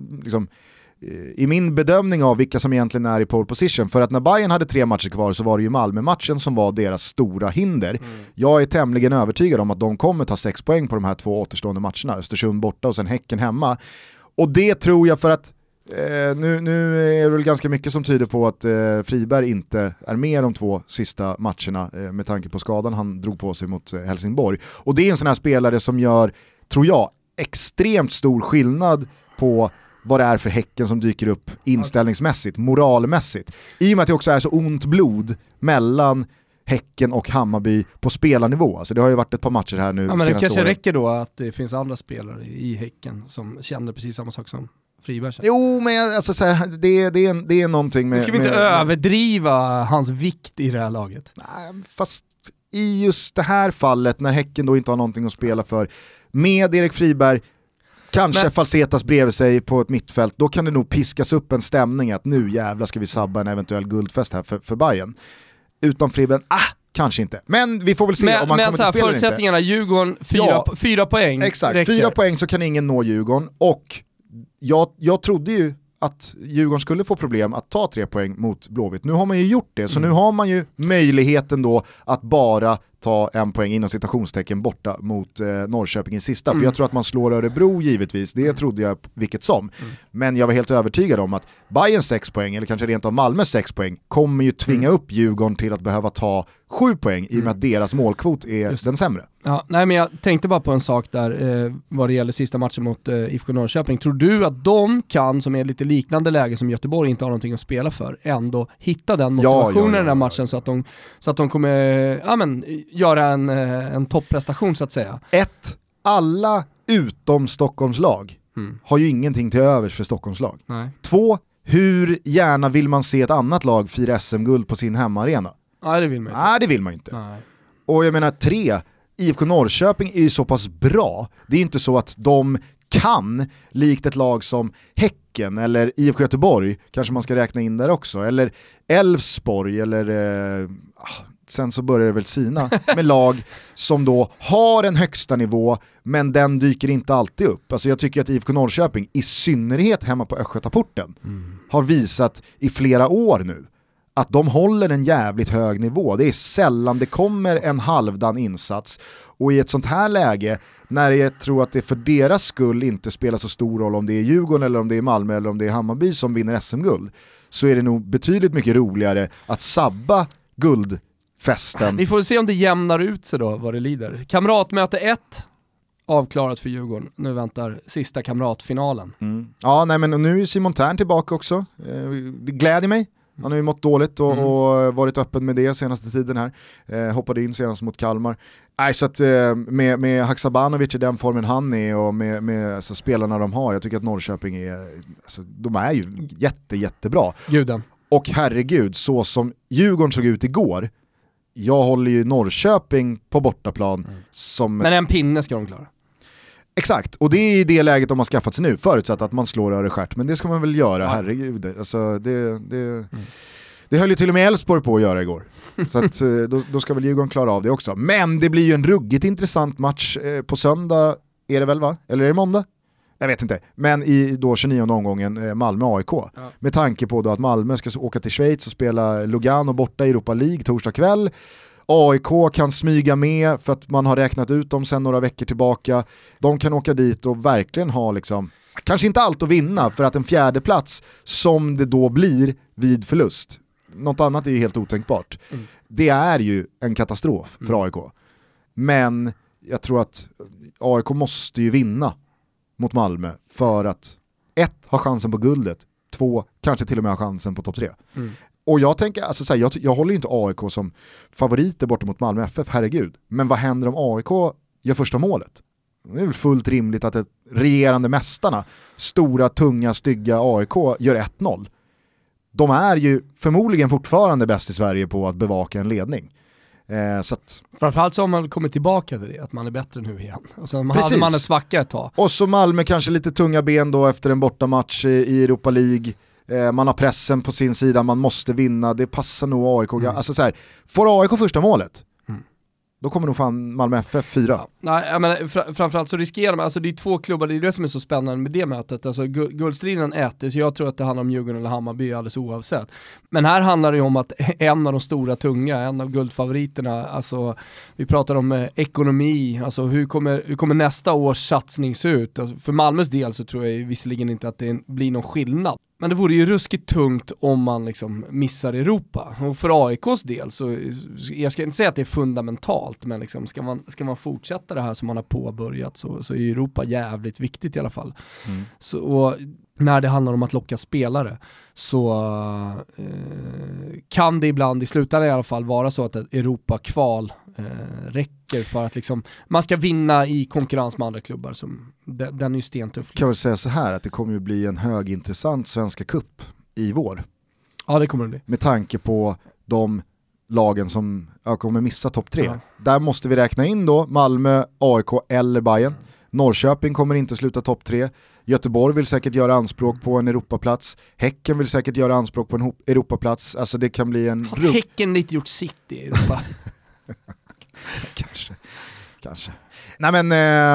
i min bedömning av vilka som egentligen är i pole position. För att när Bayern hade 3 matcher kvar så var det ju Malmö-matchen som var deras stora hinder. Jag är tämligen övertygad om att de kommer ta 6 poäng på de här 2 återstående matcherna. Östersund borta och sen Häcken hemma. Och det tror jag, för att nu är det väl ganska mycket som tyder på att Friberg inte är med de 2 sista matcherna med tanke på skadan han drog på sig mot Helsingborg. Och det är en sån här spelare som gör, tror jag, extremt stor skillnad på vad det är för Häcken som dyker upp inställningsmässigt, moralmässigt. I och med att det också är så ont blod mellan Häcken och Hammarby på spelarnivå. Alltså det har ju varit ett par matcher här nu. Ja, men det kanske åren räcker då att det finns andra spelare i Häcken som känner precis samma sak som Friberg. Jo, men alltså, så här, det är någonting med... Nu ska vi inte överdriva hans vikt i det här laget. Nej, fast i just det här fallet när Häcken då inte har någonting att spela för, med Erik Friberg, kanske falsetas bredvid sig på ett mittfält, då kan det nog piskas upp en stämning att nu jävla ska vi sabba en eventuell guldfest här för Bayern. Utan Friberg, kanske inte. Men vi får väl se om man kommer till spel förutsättningarna, inte. Djurgården 4 poäng. Exakt, räcker. 4 poäng så kan ingen nå Djurgården. Och jag trodde ju att Djurgården skulle få problem att ta 3 poäng mot Blåvitt. Nu har man ju gjort det, så nu har man ju möjligheten då att bara ta 1 poäng inom citationstecken borta mot Norrköping i sista. För jag tror att man slår Örebro givetvis, det trodde jag vilket som. Men jag var helt övertygad om att Bayerns 6 poäng, eller kanske rent av Malmös 6 poäng, kommer ju tvinga upp Djurgården till att behöva ta 7 poäng i och med att deras målkvot är den sämre. Ja, nej, men jag tänkte bara på en sak där vad det gäller sista matchen mot IFK Norrköping. Tror du att de kan, som är lite liknande läge som Göteborg inte har någonting att spela för, ändå hitta den motivationen i den här matchen så att de kommer göra en topprestation så att säga? Alla utom Stockholmslag har ju ingenting till övers för Stockholmslag. Nej. 2, hur gärna vill man se ett annat lag fira SM-guld på sin hemmaarena? Nej, det vill man inte. Nej, det vill man inte. Nej. Och jag menar 3, IFK Norrköping är ju så pass bra. Det är inte så att de kan, likt ett lag som Häcken eller IFK Göteborg, kanske man ska räkna in där också, eller Elfsborg eller sen så börjar det väl sina med lag som då har en högsta nivå, men den dyker inte alltid upp. Alltså jag tycker att IFK Norrköping, i synnerhet hemma på Östgötaporten, har visat i flera år nu att de håller en jävligt hög nivå. Det är sällan det kommer en halvdan insats. Och i ett sånt här läge, när jag tror att det för deras skull inte spelar så stor roll om det är Djurgården eller om det är Malmö eller om det är Hammarby som vinner SM-guld, så är det nog betydligt mycket roligare att sabba guldfesten. Vi får se om det jämnar ut sig då, vad det lider. Kamratmöte 1 avklarat för Djurgården. Nu väntar sista kamratfinalen. Ja, nej, men nu är Simon Tern tillbaka också. Det gläder mig. Han har ju mått dåligt och varit öppen med det senaste tiden här. Hoppade in senast mot Kalmar. Så att med Haksabanovic i den formen han är och med alltså, spelarna de har, jag tycker att Norrköping är, alltså, de är ju jättebra. Guden. Och herregud, så som Djurgården såg ut igår, jag håller ju Norrköping på bortaplan som... Men en pinne ska de klara. Exakt, och det är i det läget de har skaffat sig nu, förutsatt att man slår Öreskärt, men det ska man väl göra, herregud. Alltså, det höll ju till och med Elfsborg på att göra igår. Så att, då ska väl Djurgården klara av det också. Men det blir ju en ruggigt intressant match på söndag, är det väl va? Eller är det måndag? Jag vet inte. Men i då 29 omgången Malmö-AIK. Ja. Med tanke på då att Malmö ska åka till Schweiz och spela Lugano borta i Europa League torsdag kväll. AIK kan smyga med för att man har räknat ut dem sedan några veckor tillbaka. De kan åka dit och verkligen ha liksom, kanske inte allt att vinna för att en 4:e plats som det då blir vid förlust. Något annat är ju helt otänkbart. Det är ju en katastrof för AIK. Men jag tror att AIK måste ju vinna mot Malmö för att 1. ha chansen på guldet, 2. kanske till och med ha chansen på topp 3. Och jag tänker, alltså, så här, jag håller ju inte AIK som favoriter borta mot Malmö FF, herregud. Men vad händer om AIK gör första målet? Det är väl fullt rimligt att ett regerande mästarna, stora, tunga, stygga AIK gör 1-0. De är ju förmodligen fortfarande bäst i Sverige på att bevaka en ledning. Så att... Framförallt så har man kommit tillbaka till det, att man är bättre nu igen. Och sen hade man en svacka ett tag. Och så Malmö kanske lite tunga ben då efter en bortamatch i Europa League. Man har pressen på sin sida, man måste vinna, det passar nog AIK. Alltså så här, får AIK första målet, då kommer nog fan Malmö FF 4. Ja. Nej, jag menar, framförallt så riskerar man, alltså det är 2 klubbar, det är det som är så spännande med det mötet. Alltså guldstriden äter, så jag tror att det handlar om Djurgården eller Hammarby alldeles oavsett. Men här handlar det ju om att en av de stora tunga, en av guldfavoriterna, alltså vi pratar om ekonomi, alltså hur kommer nästa års satsning se ut? Alltså, för Malmös del så tror jag visserligen inte att det blir någon skillnad. Men det vore ju ruskigt tungt om man liksom missar Europa. Och för AIKs del så, jag ska inte säga att det är fundamentalt, men liksom ska man fortsätta det här som man har påbörjat så är Europa jävligt viktigt i alla fall. Så, och när det handlar om att locka spelare så kan det ibland i slutändan i alla fall vara så att ett Europa-kval räcker för att liksom, man ska vinna i konkurrens med andra klubbar. Den är ju stentuff. Kan väl säga så här att det kommer ju bli en högintressant Svenska Cup i vår. Ja, det kommer det bli. Med tanke på de lagen som kommer missa topp 3. Ja. Där måste vi räkna in då Malmö, AIK eller Bayern. Norrköping kommer inte sluta topp 3. Göteborg vill säkert göra anspråk på en Europaplats. Häcken vill säkert göra anspråk på en Europaplats. Alltså det kan bli en... Häcken lite gjort sitt i Europa. Kanske. Nej men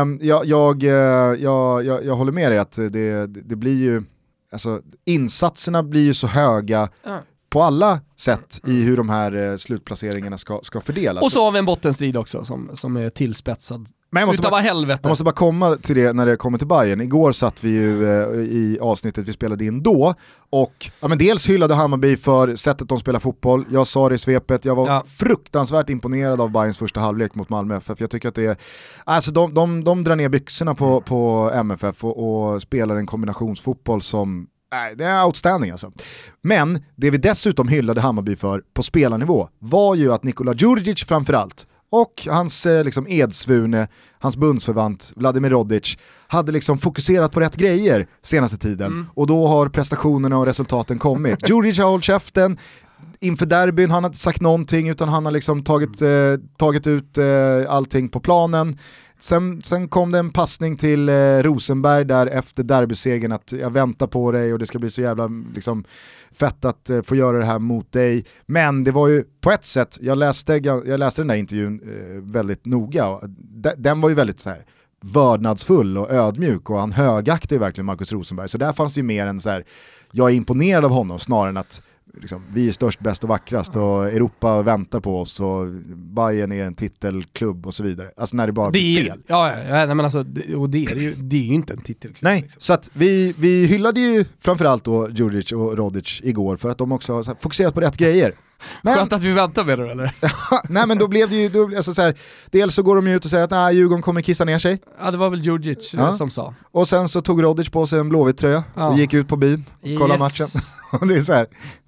jag håller med dig att det blir ju, alltså insatserna blir ju så höga på alla sätt i hur de här slutplaceringarna ska fördelas. Och så har vi en bottenstrid också som är tillspetsad. Men jag måste bara komma till det när det kommer till Bayern. Igår satt vi ju i avsnittet vi spelade in då och men dels hyllade Hammarby för sättet de spelar fotboll. Jag sa det i svepet, jag var fruktansvärt imponerad av Bayerns första halvlek mot Malmö FF. Jag tycker att det är, alltså de drar ner byxorna på MFF och spelar en kombinationsfotboll som det är outstanding alltså. Men det vi dessutom hyllade Hammarby för på spelarnivå var ju att Nikola Djurdjic framförallt och hans liksom edsvurne, hans bundsförvant Vladimir Rodic hade liksom fokuserat på rätt grejer senaste tiden och då har prestationerna och resultaten kommit. Djurdjic har hållit käften inför derbyn, han har inte sagt någonting utan han har liksom tagit ut allting på planen. Sen kom det en passning till Rosenberg där efter derbysegern att jag väntar på dig och det ska bli så jävla liksom, fett att få göra det här mot dig. Men det var ju på ett sätt, jag läste den där intervjun väldigt noga och den var ju väldigt så här vördnadsfull och ödmjuk och han högaktade ju verkligen Marcus Rosenberg. Så där fanns det ju mer än så här, jag är imponerad av honom snarare än att liksom, vi är störst, bäst och vackrast och Europa väntar på oss och Bayern är en titelklubb och så vidare. Alltså när det bara blir fel. Ja, men alltså, och det är ju inte en titelklubb. Nej, liksom. Så att vi hyllade ju framförallt då Djurdjic och Rodic igår för att de också har fokuserat på rätt grejer. Skönt att vi väntar med det eller? Nej men då blev det ju, alltså så här, dels så går de ut och säger att Djurgården kommer kissa ner sig. Ja det var väl Djurdjic som sa. Och sen så tog Rodic på sig en blåvit tröja och gick ut på byn, kolla matchen. Och det är så här,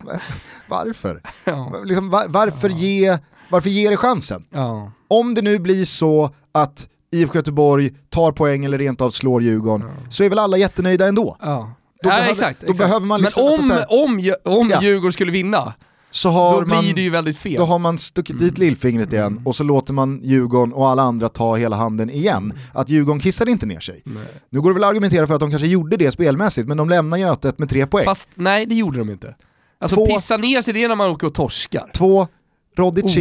varför? Liksom, varför ger det chansen? Om det nu blir så att IFK Göteborg tar poäng eller rent av slår Djurgården så är väl alla jättenöjda ändå. Exakt. Då behöver man liksom, men om Djurgården skulle vinna så då blir det ju väldigt fel. Då har man stuckit dit lillfingret igen och så låter man Djurgården och alla andra ta hela handen igen. Att Djurgården kissade inte ner sig. Nej. Nu går det väl att argumentera för att de kanske gjorde det spelmässigt men de lämnar Götet med 3 poäng. Fast nej, det gjorde de inte. Alltså pissa ner sig det när man åker och torskar. 2. Rodic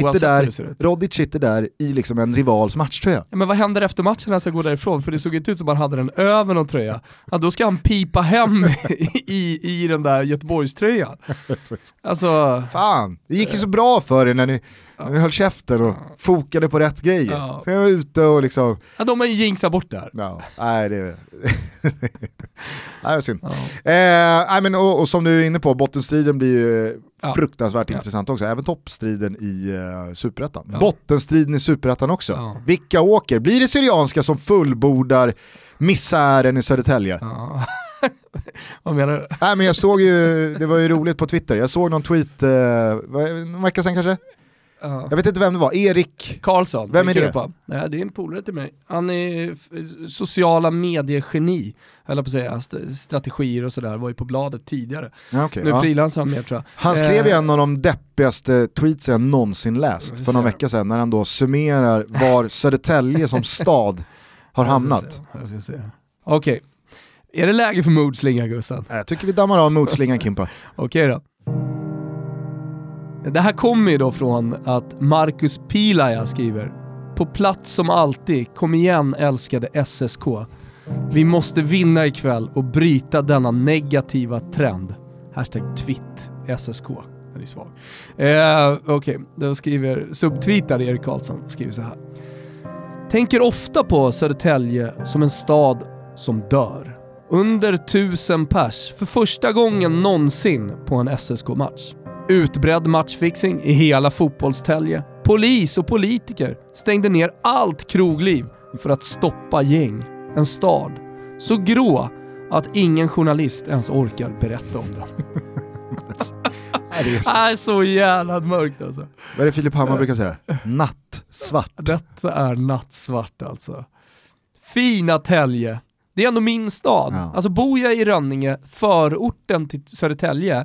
sitter där i liksom en rivals matchtröja. Ja, men vad händer efter matchen när han ska gå därifrån? För det såg inte ut som han hade den över någon tröja. Ja, då ska han pipa hem i den där Göteborgströjan. Alltså, fan, det gick ju så bra för er när ni höll käften och fokade på rätt grejer. Ja. Så jag var ute och liksom... Ja, de har ju jinxat bort där. Ja, nej, det är synd. Ja. Men, och som du är inne på, bottenstriden blir ju fruktansvärt intressant också. Även toppstriden i Superettan. Ja. Bottenstriden i Superettan också. Ja. Vilka åker? Blir det Syrianska som fullbordar misären i Södertälje? Ja. Vad menar du? Nej, men jag såg ju, det var ju roligt på Twitter. Jag såg någon tweet, en vecka sedan kanske? Jag vet inte vem det var, Erik Karlsson. Vem är det? Ja, det är en polare till mig. Han är sociala mediegeni, höll på att säga, strategier och sådär, var ju på bladet tidigare. Okay, nu frilansar han mer tror jag. Han skrev ju en av de deppigaste tweets jag någonsin läst för någon vecka sedan när han då summerar var Södertälje som stad har hamnat. Jag ska se. Okej. Är det läge för modslinga, Gustav? Jag tycker vi dammar av modslingan, Kimpa. Okej då. Det här kommer ju då från att Marcus Pilaja skriver: på plats som alltid, kom igen älskade SSK. Vi måste vinna ikväll och bryta denna negativa trend. #twitt SSK. Den är svag. Okej, då skriver subtweetar Erik Karlsson, skriver så här: tänker ofta på Södertälje som en stad som dör. Under 1000 pers för första gången någonsin på en SSK-match. Utbredd matchfixing i hela fotbollstälje. Polis och politiker stängde ner allt krogliv för att stoppa gäng. En stad så grå att ingen journalist ens orkar berätta om den. Det är så jävla mörkt alltså. Vad är det Filip Hammar brukar säga? Nattsvart. Detta är nattsvart alltså. Fina Tälje. Det är ändå min stad. Ja. Alltså bor jag i Rönninge, förorten till Södertälje,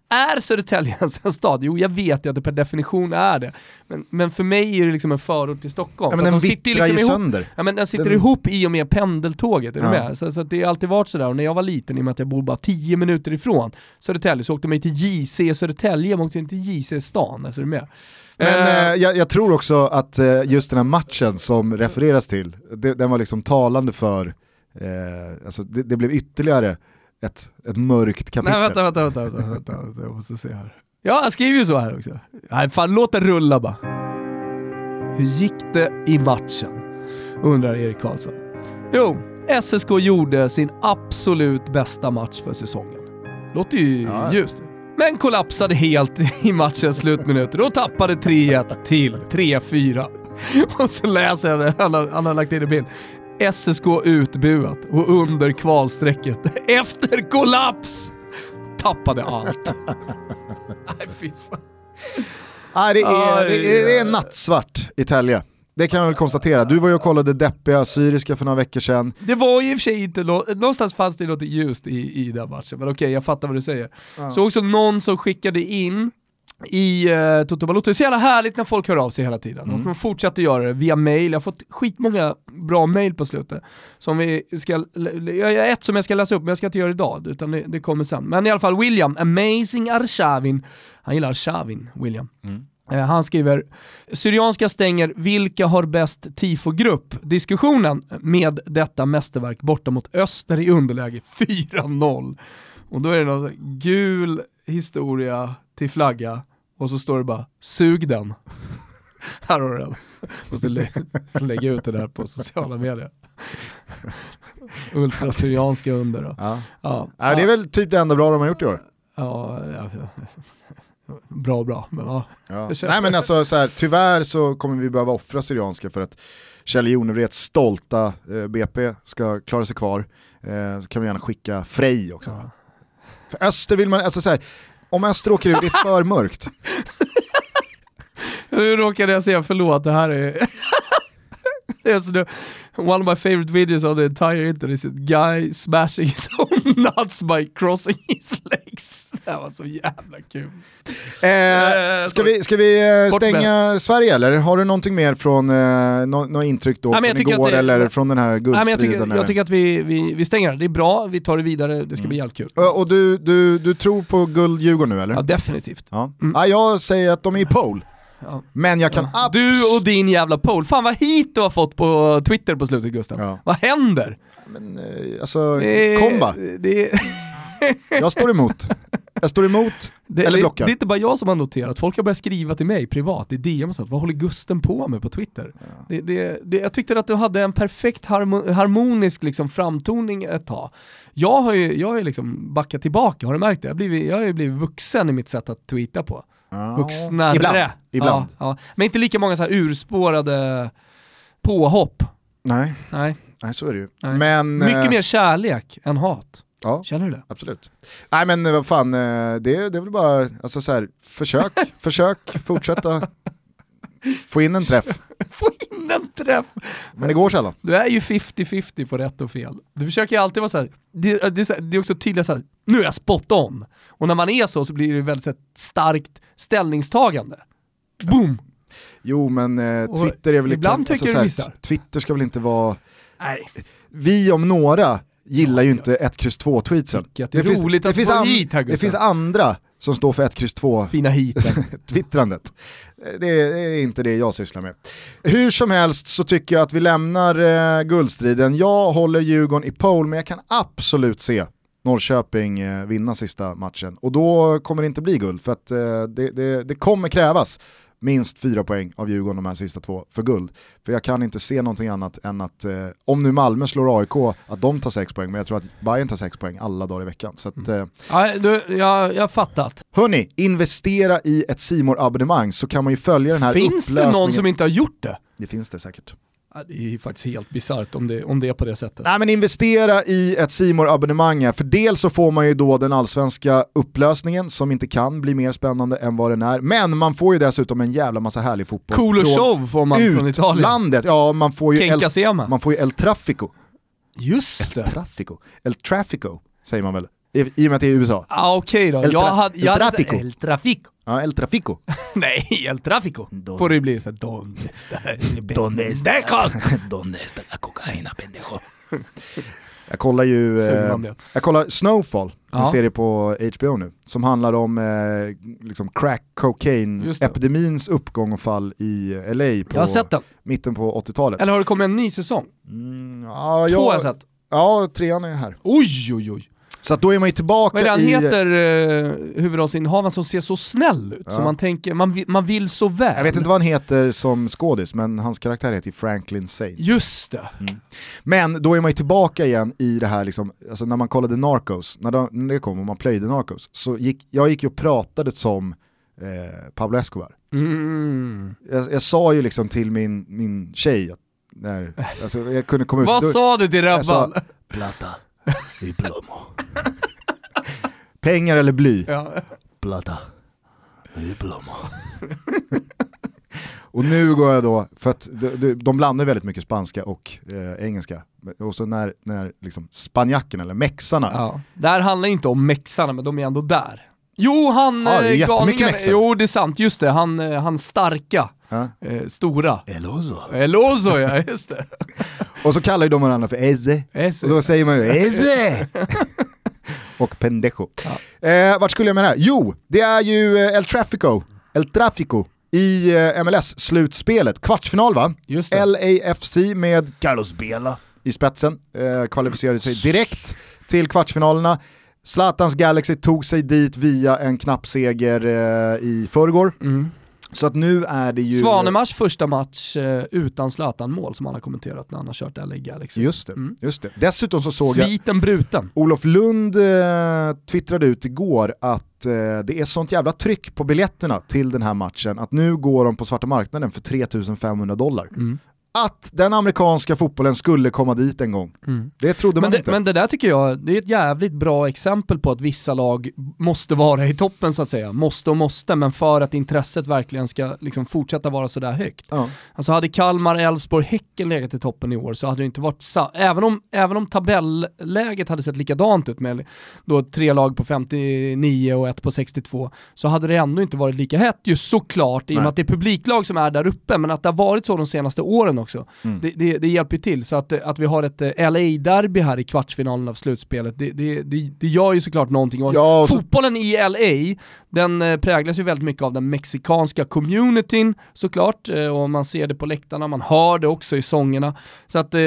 Är Södertälje en stad? Jo, jag vet ju att det per definition är det. Men för mig är det liksom en förort till Stockholm. Ja, men den sitter liksom ihop, sönder. Ja, men den sitter ihop i och med pendeltåget. Är du med? Så det har alltid varit sådär. Och när jag var liten, i och med att jag bor bara 10 minuter ifrån Södertälje, så åkte man till JC Södertälje, man åkte inte till JC stan. Alltså, är du med? Men jag tror också att just den här matchen som refereras till, den var liksom talande för, alltså det blev ytterligare ett mörkt kapitel. Nej, vänta, jag måste se här. Ja, jag skriver ju så här också. Nej, fan, låt det rulla bara. Hur gick det i matchen? Undrar Erik Karlsson. Jo, SSK gjorde sin absolut bästa match för säsongen. Låter ju just. Men kollapsade helt i matchens slutminuter och tappade 3-1 till 3-4. Och så läser jag det, han har lagt in i bild. SSK utbuat och under kvalsträcket efter kollaps tappade allt. Nej, fy fan. Nej, det är nattsvart i Tälje. Det kan jag väl konstatera. Du var ju och kollade deppiga syriska för några veckor sedan. Det var ju i och för sig inte någonstans fanns det något ljust i den matchen. Men okej, jag fattar vad du säger. Så också någon som skickade in i Toto Balotto. Det är så jävla härligt när folk hör av sig hela tiden. Att man fortsätter göra det via mail. Jag har fått skitmånga bra mail på slutet. Som vi ska, jag har ett som jag ska läsa upp, men jag ska inte göra det idag. Utan det kommer sen. Men i alla fall William, Amazing Arshavin. Han gillar Arshavin, William. Han skriver: Syrianska stänger, vilka har bäst tifogrupp? Diskussionen med detta mästerverk borta mot Öster i underläge 4-0. Och då är det någon gul historia till flagga och så står det bara sug den. Här har du den. Måste lägga ut det där på sociala medier. Ultrasyrianska under då. Ja, det är väl typ det enda bra de har gjort i år. Ja. Bra, men ja. Nej, men alltså så här, tyvärr så kommer vi behöva offra Syrianska för att Kjell Jonevrets stolta BP ska klara sig kvar. Så kan vi gärna skicka Frej också. För Öster vill man, alltså så här, om Öster åker ut, det är för mörkt. Nu råkade jag säga, förlåt, det här är one of my favorite videos of the entire internet is a guy smashing his own nuts by crossing his legs. Det var så jävla kul. Ska vi stänga Sverige eller? Har du någonting mer från något intryck då från igår eller från den här guldstriden? Jag tycker att vi stänger det. Det är bra, vi tar det vidare. Det ska bli jävligt kul. Och du tror på guld Djurgården nu eller? Ja, definitivt. Ja, jag säger att de är i pole. Ja. Men jag kan du och din jävla poll. Fan vad hit du har fått på Twitter på slutet, Gustav. Ja. Vad händer? Men alltså, komba. Jag står emot. Eller blockar. Det är inte bara jag som har noterat. Folk har börjat skriva till mig privat i DM och sånt. Vad håller Gusten på med på Twitter? Ja. Jag tyckte att du hade en perfekt harmonisk liksom, framtoning ett tag. Jag har ju liksom backat tillbaka. Har du märkt det? Jag har ju blivit vuxen i mitt sätt att tweeta på. Vuxnare. Ibland. Ja. Men inte lika många så här urspårade påhopp. Nej, så är det ju. Men, mycket mer kärlek än hat. Ja, känner du det? Absolut. Nej, men vad fan, det är väl bara alltså, så här, försök fortsätta få in en träff. Men det går sällan. Du är ju 50-50 på rätt och fel. Du försöker alltid vara så här. Det är också tydligt så här, nu är jag spot on. Och när man är så blir det väldigt så här, starkt ställningstagande. Boom! Jo, men Twitter är väl ibland tycker du missar. Twitter ska väl inte vara... Nej. Vi om några gillar ju inte 1x2 tweetsen. Det finns andra som står för 1x2 fina hiten. Twittrandet. Det är inte det jag sysslar med. Hur som helst så tycker jag att vi lämnar guldstriden. Jag håller Djurgården i pole, men jag kan absolut se Norrköping vinna sista matchen. Och då kommer det inte bli guld, för att det kommer krävas minst 4 poäng av Djurgården de här sista 2 för guld. För jag kan inte se någonting annat än att om nu Malmö slår AIK, att de tar 6 poäng, men jag tror att Bayern tar 6 poäng alla dagar i veckan. Så att, jag har fattat. Hörni, investera i ett C-More-abonnemang så kan man ju följa den här Finns det någon som inte har gjort det? Det finns det säkert. Det är faktiskt helt bizarrt om det är på det sättet. Nej, men investera i ett C-More-abonnemang. För dels så får man ju då den allsvenska upplösningen som inte kan bli mer spännande än vad den är. Men man får ju dessutom en jävla massa härlig fotboll. Cool och show får man från Italien. Landet. Ja, man får ju El Traffico. Just det. El Traffico säger man väl I och med att det är USA. Ja, okej då. El Tráfico. El Tráfico. Ja, El Tráfico. Nej, El Tráfico. Får det bli så här, ¿Dónde está la cocaína, pendejo? Jag kollar Snowfall, en serie på HBO nu, som handlar om liksom crack cocaine-epidemins uppgång och fall i LA på mitten på 80-talet. Eller har det kommit en ny säsong? Ja, 2 har jag sett. Ja, 3:an är här. Oj. Så att då är man ju tillbaka. Vad heter huvudrollsinnehavaren som ser så snäll ut? Så man tänker, man vill så väl. Jag vet inte vad han heter som skådis, men hans karaktär heter Franklin Saint. Just det. Men då är man ju tillbaka igen i det här liksom, alltså när man kollade Narcos, när det kom och man plöjde Narcos, så jag gick ju och pratade som Pablo Escobar. Jag sa ju liksom till min tjej att alltså jag kunde komma ut. Vad sa du till Rabban? Jag sa, plata y plomo. Pengar eller bly? Ja. Plata y plomo. Och nu går jag då, för att de blandar väldigt mycket spanska och engelska. Och så när liksom spanjackerna eller mexarna. Ja. Där handlar inte om mexarna, men de är ändå där. Jo, det är jättemycket mexar. Jo, det är sant, just det. Han starka. Stora. El Oso, ja, just det. Och så kallar ju de varandra för Eze. Och då säger man ju Eze! Och pendejo. Vart skulle jag med det här? Jo, det är ju El Tráfico i MLS-slutspelet. Kvartsfinal, va? Just det. LAFC med Carlos Vela i spetsen. Kvalificerade sig direkt till kvartsfinalerna. Zlatans Galaxy tog sig dit via en knapp seger i förrgår. Så att nu är det ju... Svanemars första match utan Zlatan-mål som han har kommenterat när han har kört LA Galaxy. Just det. Dessutom så såg Sviten bruten. Olof Lund twittrade ut igår att det är sånt jävla tryck på biljetterna till den här matchen att nu går de på svarta marknaden för $3,500. Att den amerikanska fotbollen skulle komma dit en gång. Det trodde man inte. Men det där tycker jag, det är ett jävligt bra exempel på att vissa lag måste vara i toppen så att säga. Måste, men för att intresset verkligen ska liksom fortsätta vara så där högt. Ja. Alltså hade Kalmar, Elfsborg, Häcken legat i toppen i år så hade det inte varit även om tabelläget hade sett likadant ut med då 3 lag på 59 och 1 på 62, så hade det ändå inte varit lika hett just såklart i och med att det är publiklag som är där uppe, men att det har varit så de senaste åren också. Det hjälper till, så att vi har ett LA-derby här i kvartsfinalen av slutspelet, det gör ju såklart någonting. Och fotbollen i LA, den präglas ju väldigt mycket av den mexikanska communityn såklart, och man ser det på läktarna, man hör det också i sångerna, så att det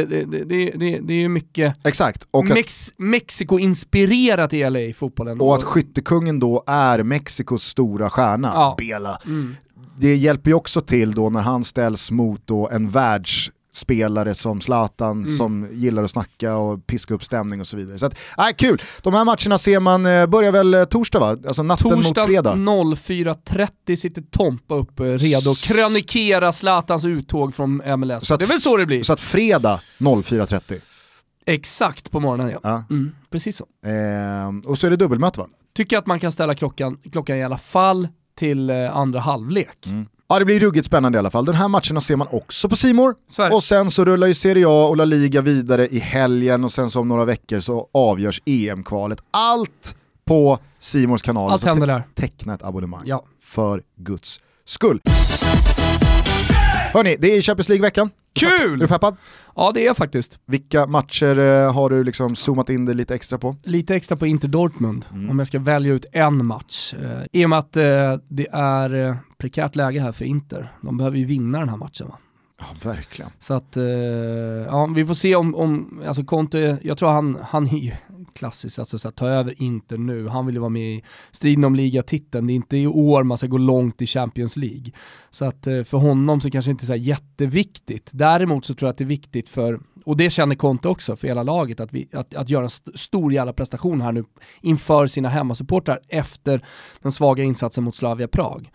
är ju mycket exakt. Och Mexiko-inspirerat i LA-fotbollen. Och att skyttekungen då är Mexikos stora stjärna, Bela. Det hjälper ju också till då när han ställs mot då en världsspelare som Zlatan som gillar att snacka och piska upp stämning och så vidare. Så att, kul! De här matcherna ser man, börjar väl torsdag, va? Alltså natten mot fredag. 04:30 sitter Tompa upp redo att krönikera Zlatans uttåg från MLS. Så det är väl så det blir. Så att fredag 04:30. Exakt på morgonen, ja. Precis så. Och så är det dubbelmöte, va? Tycker att man kan ställa klockan i alla fall till andra halvlek. Ja, det blir ruggigt spännande i alla fall. Den här matcherna ser man också på C More. Och sen så rullar ju Serie A och La Liga vidare i helgen, och sen så om några veckor så avgörs EM-kvalet. Allt på C Mores kanal. Allt händer där. Teckna ett abonnemang för Guds skull. Hörni, det är Champions League-veckan. Kul! Är du peppad? Ja, det är jag faktiskt. Vilka matcher har du liksom zoomat in det lite extra på? Lite extra på Inter Dortmund, om jag ska välja ut en match. I och med att det är prekärt läge här för Inter. De behöver ju vinna den här matchen, va? Ja, verkligen. Så att, vi får se om alltså Conte, jag tror han är ju klassiskt, alltså så att ta över Inter nu. Han vill ju vara med i striden om ligatiteln. Det är inte i år man ska gå långt i Champions League. Så att för honom så kanske inte så här jätteviktigt. Däremot så tror jag att det är viktigt för, och det känner Conte också för hela laget, att göra en stor jävla prestation här nu inför sina hemmasupportrar efter den svaga insatsen mot Slavia Prag.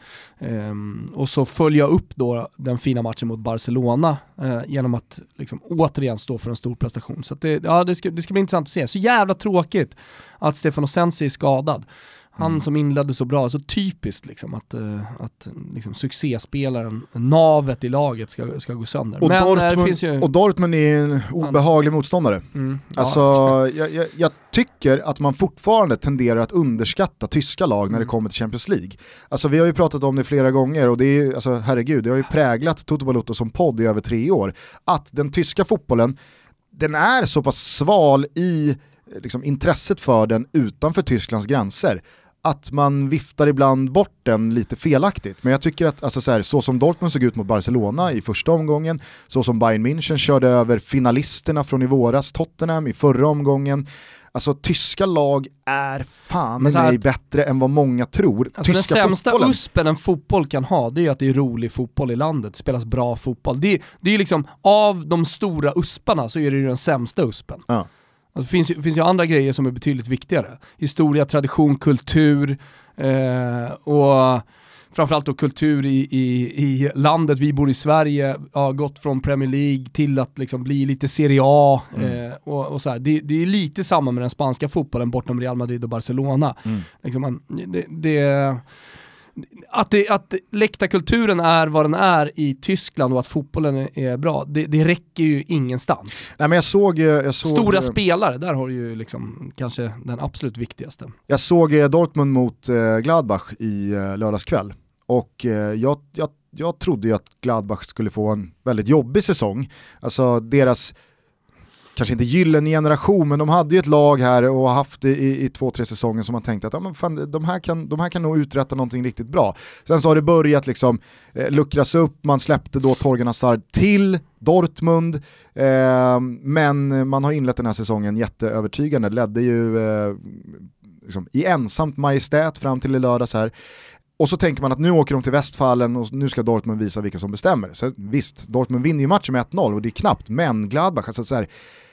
Och så följa upp då den fina matchen mot Barcelona genom att liksom återigen stå för en stor prestation. Så att det ska bli intressant att se. Så jävla tråkigt att Stefano Sensi är skadad. Han som inledde så bra, så typiskt liksom att liksom succéspelaren, navet i laget ska gå sönder. Och, men Dortmund, finns ju... och Dortmund är en obehaglig motståndare. Alltså, jag tycker att man fortfarande tenderar att underskatta tyska lag när det kommer till Champions League. Alltså vi har ju pratat om det flera gånger och det är, alltså, herregud, det har ju präglat Toto Balotto som podd i över 3 år. Att den tyska fotbollen, den är så pass sval i liksom intresset för den utanför Tysklands gränser att man viftar ibland bort den lite felaktigt. Men jag tycker att alltså så som Dortmund såg ut mot Barcelona i första omgången, så som Bayern München körde över finalisterna från i våras, Tottenham i förra omgången. Alltså tyska lag är fan mig bättre än vad många tror. Alltså tyska den sämsta fotbollen. uspen en fotboll kan ha, det är att det är rolig fotboll i landet, det spelas bra fotboll. Det är ju liksom, av de stora usparna så är det ju den sämsta uspen. Ja. Alltså, det finns ju andra grejer som är betydligt viktigare. Historia, tradition, kultur och framförallt då kultur i landet. Vi bor i Sverige, har gått från Premier League till att liksom bli lite Serie A och så här. Det är lite samma med den spanska fotbollen bortom Real Madrid och Barcelona. Liksom att läktarkulturen är vad den är i Tyskland och att fotbollen är bra, det räcker ju ingenstans. Nej, men jag såg stora spelare, där har du ju liksom kanske den absolut viktigaste. Jag såg Dortmund mot Gladbach i lördagskväll och jag trodde ju att Gladbach skulle få en väldigt jobbig säsong. Alltså deras, kanske inte gyllene generation, men de hade ju ett lag här och har haft det i 2-3 säsonger som man tänkte att ja, men fan, de här kan nog uträtta någonting riktigt bra. Sen så har det börjat liksom luckras upp, man släppte då Torgan Hazard till Dortmund, men man har inlett den här säsongen jätteövertygande, ledde ju liksom i ensamt majestät fram till i lördags här. Och så tänker man att nu åker de till Westfalen och nu ska Dortmund visa vilka som bestämmer. Så visst, Dortmund vinner ju matchen med 1-0 och det är knappt, men Gladbach, alltså så här,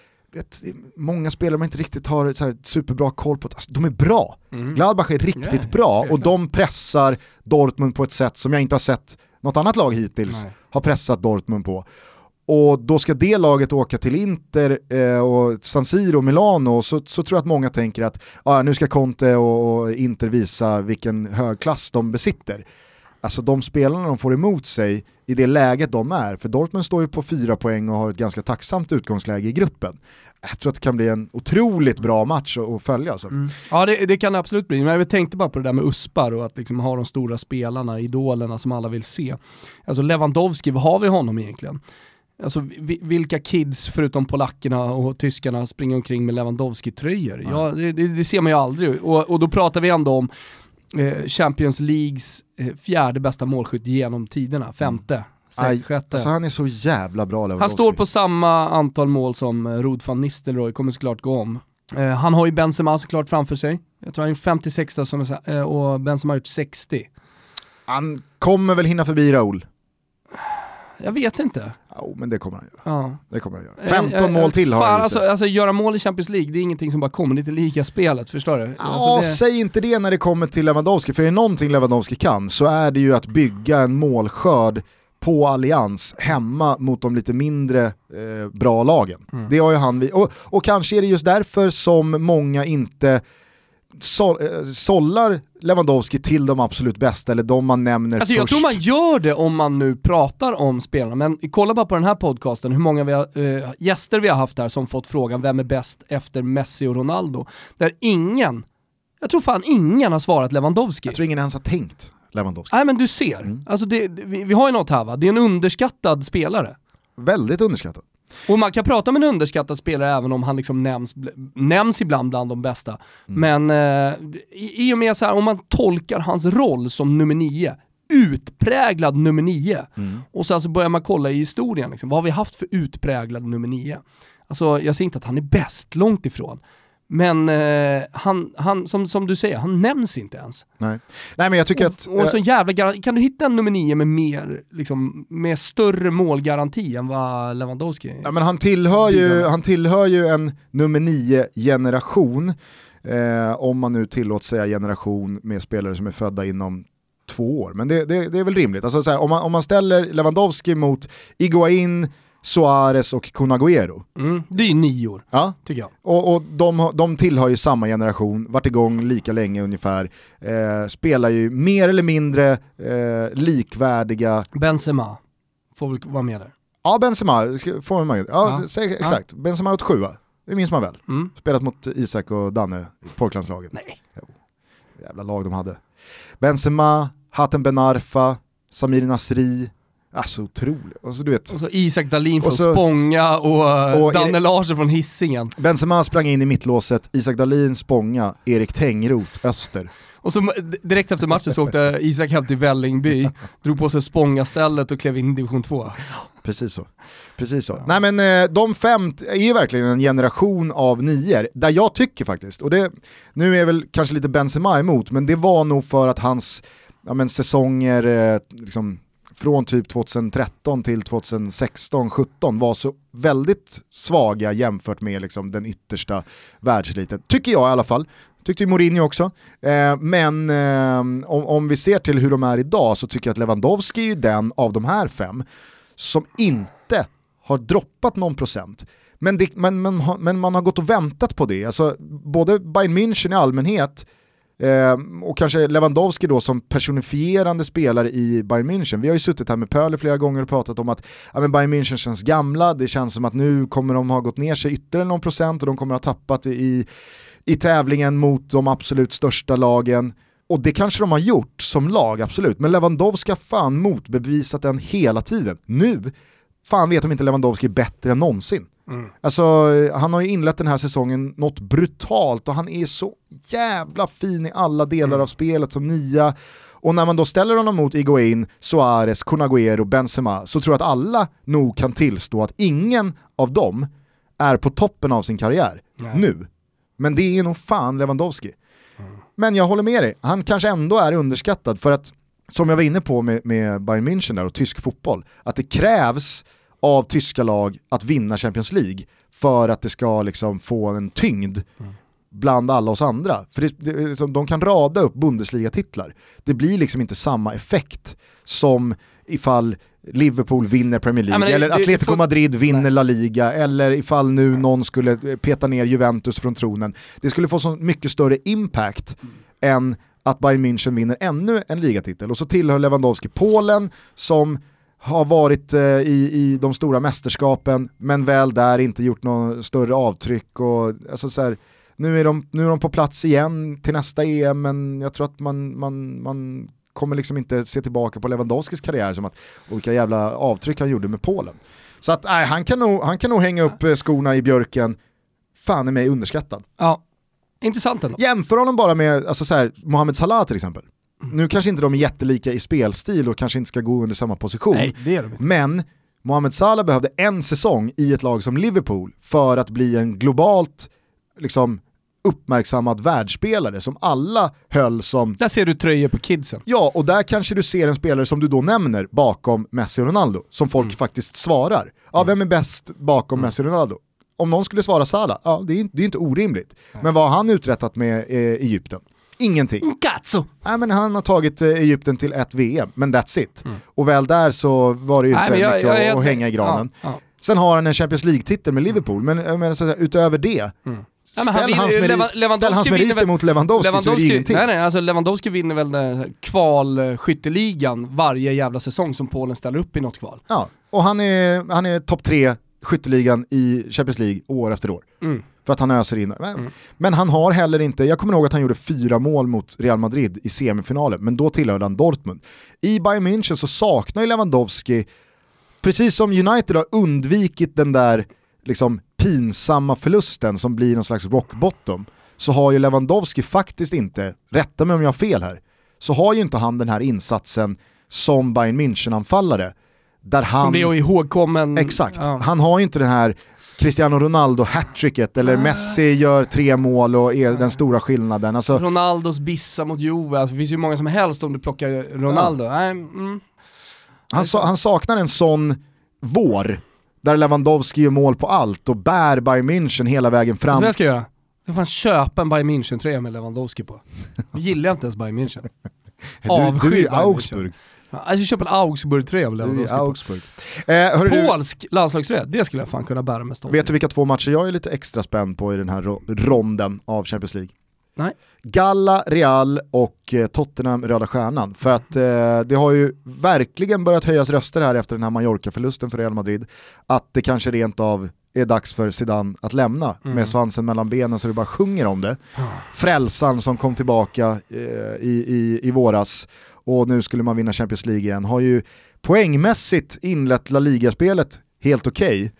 många spelare man inte riktigt har så här superbra koll på, alltså, de är bra. Gladbach är riktigt bra och de pressar Dortmund på ett sätt som jag inte har sett något annat lag hittills har pressat Dortmund på. Och då ska det laget åka till Inter och San Siro och Milano, så tror jag att många tänker att nu ska Conte och Inter visa vilken hög klass de besitter. Alltså de spelarna de får emot sig i det läget de är, för Dortmund står ju på 4 poäng och har ett ganska tacksamt utgångsläge i gruppen. Jag tror att det kan bli en otroligt bra match att följa. Alltså. Ja, det kan det absolut bli. Men jag tänkte bara på det där med uspar och att liksom ha de stora spelarna, idolerna som alla vill se. Alltså Lewandowski, vad har vi honom egentligen? Alltså vilka kids förutom polackerna och tyskarna springer omkring med Lewandowski-tröjor? Ja, det ser man ju aldrig. Och då pratar vi ändå om Champions Leagues 4:e bästa målskytt genom tiderna, 5:e. Alltså han är så jävla bra, Lewandowski. Han står på samma antal mål som Ruud van Nistelrooy, kommer såklart gå om. Han har ju Benzema såklart framför sig. Jag tror han är 56 då, och Benzema har gjort 60. Han kommer väl hinna förbi Raúl? Jag vet inte. Ja, men det kommer han göra. Ja. Det kommer han göra. 15 mål till har han. Alltså göra mål i Champions League, det är ingenting som bara kommer. Det är inte lika spelet, förstår du? Ja, alltså säg inte det när det kommer till Lewandowski. För är det någonting Lewandowski kan, så är det ju att bygga en målskörd på Allians hemma mot de lite mindre bra lagen. Det har ju han. Och kanske är det just därför som många inte sållar Lewandowski till de absolut bästa, eller de man nämner alltså först. Jag tror man gör det om man nu pratar om spelarna, men kolla bara på den här podcasten hur många gäster vi har haft här som fått frågan vem är bäst efter Messi och Ronaldo, där jag tror fan ingen har svarat Lewandowski. Jag tror ingen ens har tänkt Lewandowski. Nej, men du ser, alltså vi har ju något här, va? Det är en underskattad spelare. Väldigt underskattad. Och man kan prata med en underskattad spelare även om han liksom nämns ibland bland de bästa. Men i och med så här, om man tolkar hans roll som nummer 9, utpräglad nummer 9, och sen så börjar man kolla i historien, liksom, vad har vi haft för utpräglad nummer 9? Alltså jag säger inte att han är bäst, långt ifrån. Men han som du säger, han nämns inte ens. Nej, men jag tycker att... Och så jävla kan du hitta en nummer 9 med mer, liksom, med större målgaranti än vad Lewandowski... Ja, men han tillhör ju en nummer 9-generation, om man nu tillåts säga generation med spelare som är födda inom 2 år. Men det är väl rimligt. Alltså, så här, om man ställer Lewandowski mot Higuaín, Suarez och Kun Agüero. Det är ju 9 tycker jag. Och de tillhör ju samma generation, varit igång lika länge ungefär, spelar ju mer eller mindre likvärdiga. Benzema får väl vara med där. Ja, Benzema får man ju. Ja, exakt. Benzema har ett 7. Det minns man väl. Spelat mot Isak och Danne i pojklandslaget. Nej. Jävla lag de hade. Benzema, Hatem Ben Arfa, Samir Nasri. Alltså otroligt. Och så, du vet. Och så Isak Dahlin från Spånga och Danne Larsson från Hisingen. Benzema sprang in i mittlåset, Isak Dahlin Spånga, Erik Tengroth Öster. Och så direkt efter matchen så åkte Isak hem till Vällingby, drog på sig Spånga-stället och klev in i division 2. Precis så. Ja. Nej men de 5 är ju verkligen en generation av 9 där jag tycker faktiskt, och det nu är väl kanske lite Benzema emot, men det var nog för att hans säsonger liksom från typ 2013 till 2016-17 var så väldigt svaga jämfört med liksom den yttersta världseliten. Tycker jag i alla fall. Tyckte ju Mourinho också. Men om vi ser till hur de är idag så tycker jag att Lewandowski är ju den av de här 5 som inte har droppat någon procent. Men man har gått och väntat på det. Alltså, både Bayern München i allmänhet och kanske Lewandowski då som personifierande spelare i Bayern München. Vi har ju suttit här med Pöler flera gånger och pratat om att Bayern München känns gamla. Det känns som att nu kommer de ha gått ner sig ytterligare någon procent och de kommer ha tappat i tävlingen mot de absolut största lagen. Och det kanske de har gjort som lag, absolut. Men Lewandowski har fan motbevisat den hela tiden. Nu, fan vet de inte Lewandowski är bättre än någonsin. Alltså, han har ju inlett den här säsongen något brutalt och han är så jävla fin i alla delar av spelet som 9. Och när man då ställer honom mot Higuaín, Suarez, Kun Agüero, Benzema, så tror jag att alla nog kan tillstå att ingen av dem är på toppen av sin karriär nu. Men det är nog fan Lewandowski. Men jag håller med dig, han kanske ändå är underskattad för att, som jag var inne på med Bayern München där och tysk fotboll, att det krävs av tyska lag att vinna Champions League för att det ska liksom få en tyngd bland alla oss andra. För de kan rada upp Bundesliga-titlar. Det blir liksom inte samma effekt som ifall Liverpool vinner Premier League eller Atletico Madrid vinner La Liga eller ifall nu någon skulle peta ner Juventus från tronen. Det skulle få så mycket större impact än att Bayern München vinner ännu en ligatitel. Och så tillhör Lewandowski Polen som har varit i de stora mästerskapen men väl där inte gjort någon större avtryck och alltså så här, nu är de på plats igen till nästa EM, men jag tror att man kommer liksom inte se tillbaka på Lewandowskis karriär som att vilka jävla avtryck han gjorde med Polen. Så att han kan nog hänga upp skorna i björken. Fan är mig underskattad. Ja, intressant ändå. Jämför honom bara med alltså så här, Mohamed Salah till exempel. Nu kanske inte de är jättelika i spelstil och kanske inte ska gå under samma position. Nej, det är de inte. Men Mohamed Salah behövde en säsong i ett lag som Liverpool för att bli en globalt liksom uppmärksammad världsspelare som alla höll som... Där ser du tröjor på kidsen. Ja, och där kanske du ser en spelare som du då nämner bakom Messi och Ronaldo, som folk faktiskt svarar. Ja, vem är bäst bakom Messi och Ronaldo? Om någon skulle svara Salah, ja, det är inte orimligt. Men vad har han uträttat med Egypten? Ingenting. Cazzo. Nej, men han har tagit Egypten till ett VM, men that's it. Och väl där så var det ju inte mycket att hänga i granen. Ja. Sen har han en Champions League-titel med Liverpool, men så utöver det... Ställ hans meriter mot Lewandowski så är det ingenting. Nej, alltså Lewandowski vinner väl kvalskytteligan varje jävla säsong som Polen ställer upp i något kval. Ja, och han är topp 3 skytteligan i Champions League år efter år. För att han öser in. Men han har heller inte, jag kommer ihåg att han gjorde 4 mål mot Real Madrid i semifinalen, men då tillhörde han Dortmund. I Bayern München så saknar ju Lewandowski, precis som United har undvikit den där liksom pinsamma förlusten som blir någon slags rock bottom, så har ju Lewandowski faktiskt inte, rätta mig om jag har fel här, så har ju inte han den här insatsen som Bayern München-anfallare där han... Som det är ihågkommen... Exakt, han har ju inte den här Cristiano Ronaldo hattricket eller Messi gör 3 mål och är den stora skillnaden. Alltså... Ronaldos bissa mot Juve, alltså, det finns ju många som helst om du plockar Ronaldo. Han saknar en sån vår där Lewandowski gör mål på allt och bär Bayern München hela vägen fram. Vad jag ska göra? Jag får köpa en Bayern München-tröja med Lewandowski på. Jag gillar inte ens Bayern München. Du är i Augsburg. Jag köper en Augsburg-tröja. Augsburg. Polsk landslagströja, det skulle jag fan kunna bära med stolthet. Vet du vilka 2 matcher jag är lite extra spänd på i den här ronden av Champions League? Nej. Galla, Real och Tottenham, Röda Stjärnan. För att det har ju verkligen börjat höjas röster här efter den här Mallorca-förlusten för Real Madrid. Att det kanske rent av är dags för Zidane att lämna med svansen mellan benen så det bara sjunger om det. Frälsaren som kom tillbaka i våras och nu skulle man vinna Champions League igen. Har ju poängmässigt inlett La Liga-spelet helt okej.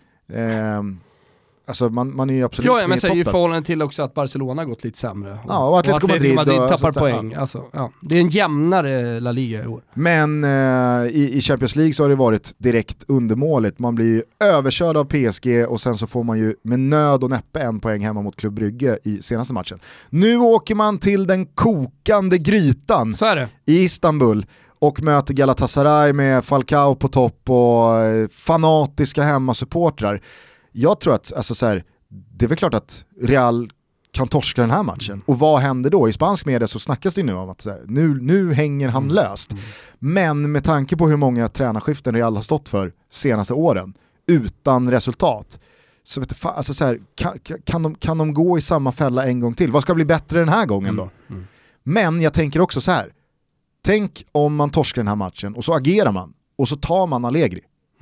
Alltså man är ju absolut med i toppen. I förhållande till också att Barcelona har gått lite sämre. Och Atletico Madrid tappar poäng. Alltså, det är en jämnare La Liga i år. Men i Champions League så har det varit direkt undermåligt. Man blir ju överkörd av PSG och sen så får man ju med nöd och näppe 1 poäng hemma mot Club Brugge i senaste matchen. Nu åker man till den kokande grytan så är det. I Istanbul och möter Galatasaray med Falcao på topp och fanatiska hemmasupportrar. Jag tror att det är väl klart att Real kan torska den här matchen. Och vad händer då? I spansk media så snackas det nu om att nu hänger han löst. Men med tanke på hur många tränarskiften Real har stått för senaste åren utan resultat så vet du, kan de gå i samma fälla en gång till? Vad ska bli bättre den här gången då? Men jag tänker också så här. Tänk om man torskar den här matchen och så agerar man och så tar man Allegri.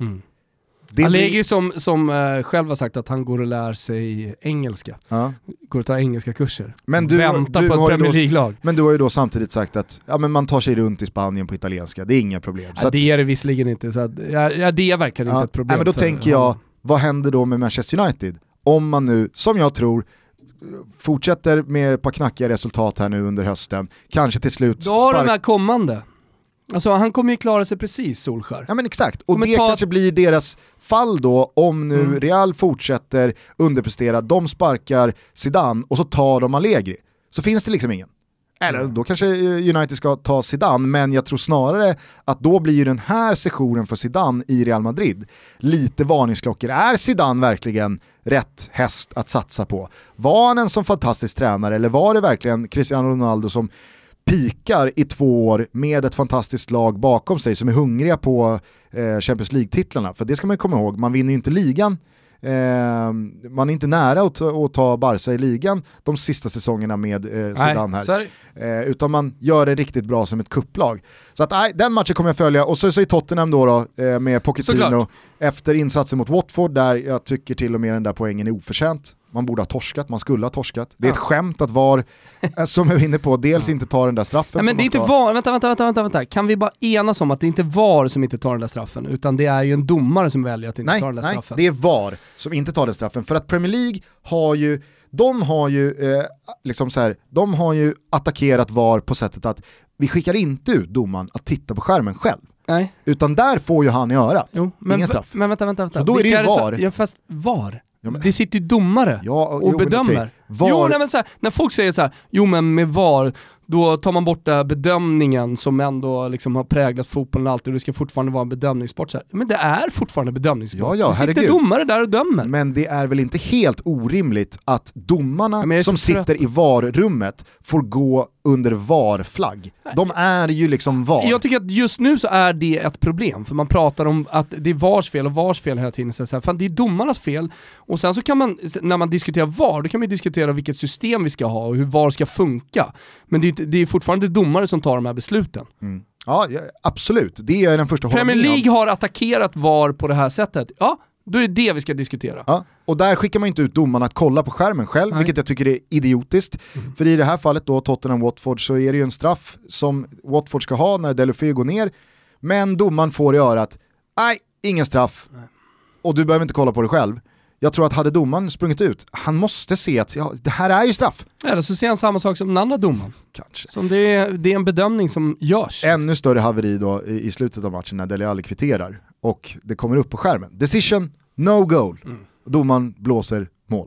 Allegri som själv har sagt att han går och lär sig engelska. Går och tar engelska kurser. Men väntar på ett Premier League-lag. Men du har ju då samtidigt sagt att men man tar sig runt i Spanien på italienska. Det är inga problem. Så det är det visserligen inte. Så att, det är verkligen inte ett problem. Men då tänker jag, vad händer då med Manchester United? Om man nu, som jag tror, fortsätter med ett par knackiga resultat här nu under hösten. Kanske till slut... Då har de här kommande. Alltså han kommer ju klara sig precis, Solskär. Ja men exakt, och det kanske blir deras fall då om nu Real fortsätter underprestera, de sparkar Zidane och så tar de Allegri. Så finns det liksom ingen. Eller då kanske United ska ta Zidane, men jag tror snarare att då blir den här sessionen för Zidane i Real Madrid lite varningsklockor. Är Zidane verkligen rätt häst att satsa på? Var han en så fantastisk tränare eller var det verkligen Cristiano Ronaldo som pikar i 2 år med ett fantastiskt lag bakom sig som är hungriga på Champions League-titlarna? För det ska man komma ihåg, man vinner ju inte ligan. Man är inte nära att ta Barca i ligan de sista säsongerna med Zidane här. Utan man gör det riktigt bra som ett kupplag. Så att den matchen kommer jag följa. Och så är Tottenham då med Pochettino efter insatsen mot Watford där jag tycker till och med den där poängen är oförtjänt. Man borde ha torskat, man skulle ha torskat. Det är ett skämt att VAR, som jag är inne på, dels inte tar den där straffen. Men det är inte VAR, vänta. Kan vi bara enas om att det inte är VAR som inte tar den där straffen, utan det är ju en domare som väljer att inte ta den där straffen? Nej, det är VAR som inte tar den straffen. För att Premier League har ju attackerat VAR på sättet att vi skickar inte ut domaren att titta på skärmen själv. Nej. Utan där får ju han göra ingen straff. Men vänta. Och då är det ju VAR. Fast VAR? Ja, det sitter ju domare och bedömer. När folk säger så här, men med VAR då tar man bort bedömningen som ändå liksom har präglat fotbollen alltid och det ska fortfarande vara en bedömningssport. Så här. Men det är fortfarande bedömningssport. Det sitter domare där och dömer. Men det är väl inte helt orimligt att domarna som sitter i VAR-rummet får gå under VAR-flagg. De är ju liksom VAR. Jag tycker att just nu så är det ett problem. För man pratar om att det är VARs fel och VARs fel hela tiden. Så här, fan, det är domarnas fel. Och sen så kan man, när man diskuterar VAR, då kan man diskutera vilket system vi ska ha och hur VAR ska funka. Men det är fortfarande domare som tar de här besluten. Ja, absolut. Det är den första Premier League har attackerat VAR på det här sättet. Ja, då är det vi ska diskutera. Ja, och där skickar man inte ut domarna att kolla på skärmen själv, vilket jag tycker är idiotiskt. För i det här fallet då, Tottenham-Watford, så är det ju en straff som Watford ska ha när Deulofeu går ner. Men domaren får göra att, ingen straff. Och du behöver inte kolla på det själv. Jag tror att hade domaren sprungit ut, han måste se att det här är ju straff. Eller så ser han samma sak som den andra domaren. Kanske. Som det är en bedömning som görs. Ännu större haveri då i slutet av matchen när Dele Alli kvitterar. Och det kommer upp på skärmen. Decision, no goal. Domaren blåser mål.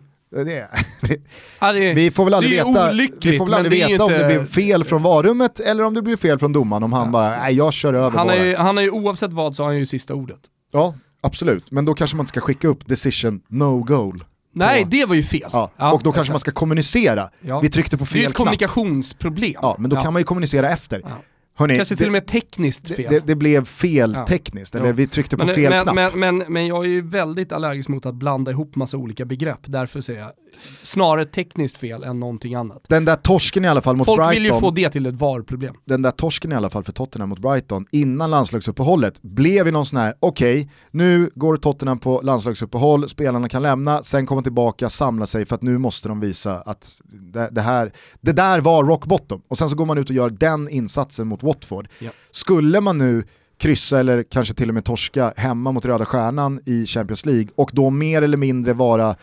Vi får väl aldrig veta om det blev fel från varummet eller om det blir fel från domaren. Om han bara, jag kör över han är ju oavsett vad så har han ju sista ordet. Ja, absolut. Men då kanske man ska skicka upp decision, no goal. Nej, det var ju fel. Och då kanske man ska kommunicera. Vi tryckte på fel knapp. Det är ett kommunikationsproblem. Ja, men då kan man ju kommunicera efter. Hörrni, kanske till och med tekniskt fel. Det blev fel tekniskt, eller vi tryckte på fel knapp. Men jag är ju väldigt allergisk mot att blanda ihop massa olika begrepp. Därför säger jag snarare tekniskt fel än någonting annat. Den där torsken i alla fall mot Folk Brighton. Folk vill ju få det till ett VAR-problem. Den där torsken i alla fall för Tottenham mot Brighton innan landslagsuppehållet blev ju någon sån här, okej, nu går Tottenham på landslagsuppehåll, spelarna kan lämna, sen komma tillbaka, samla sig för att nu måste de visa att det där var rock bottom. Och sen så går man ut och gör den insatsen mot Watford. Ja. Skulle man nu kryssa eller kanske till och med torska hemma mot Röda Stjärnan i Champions League och då mer eller mindre vara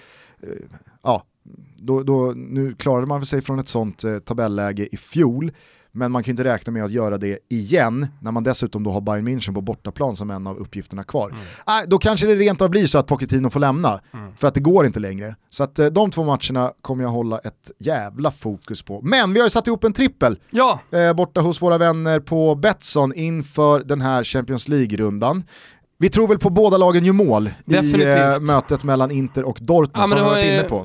nu klarade man sig från ett sånt tabelläge i fjol, men man kan inte räkna med att göra det igen när man dessutom då har Bayern München på bortaplan som en av uppgifterna kvar. Då kanske det rent av blir så att Pochettino får lämna för att det går inte längre. Så att de 2 matcherna kommer jag hålla ett jävla fokus på. Men vi har ju satt ihop en trippel borta hos våra vänner på Betsson inför den här Champions League-rundan. Vi tror väl på båda lagen gör mål i mötet mellan Inter och Dortmund som vi har varit inne på.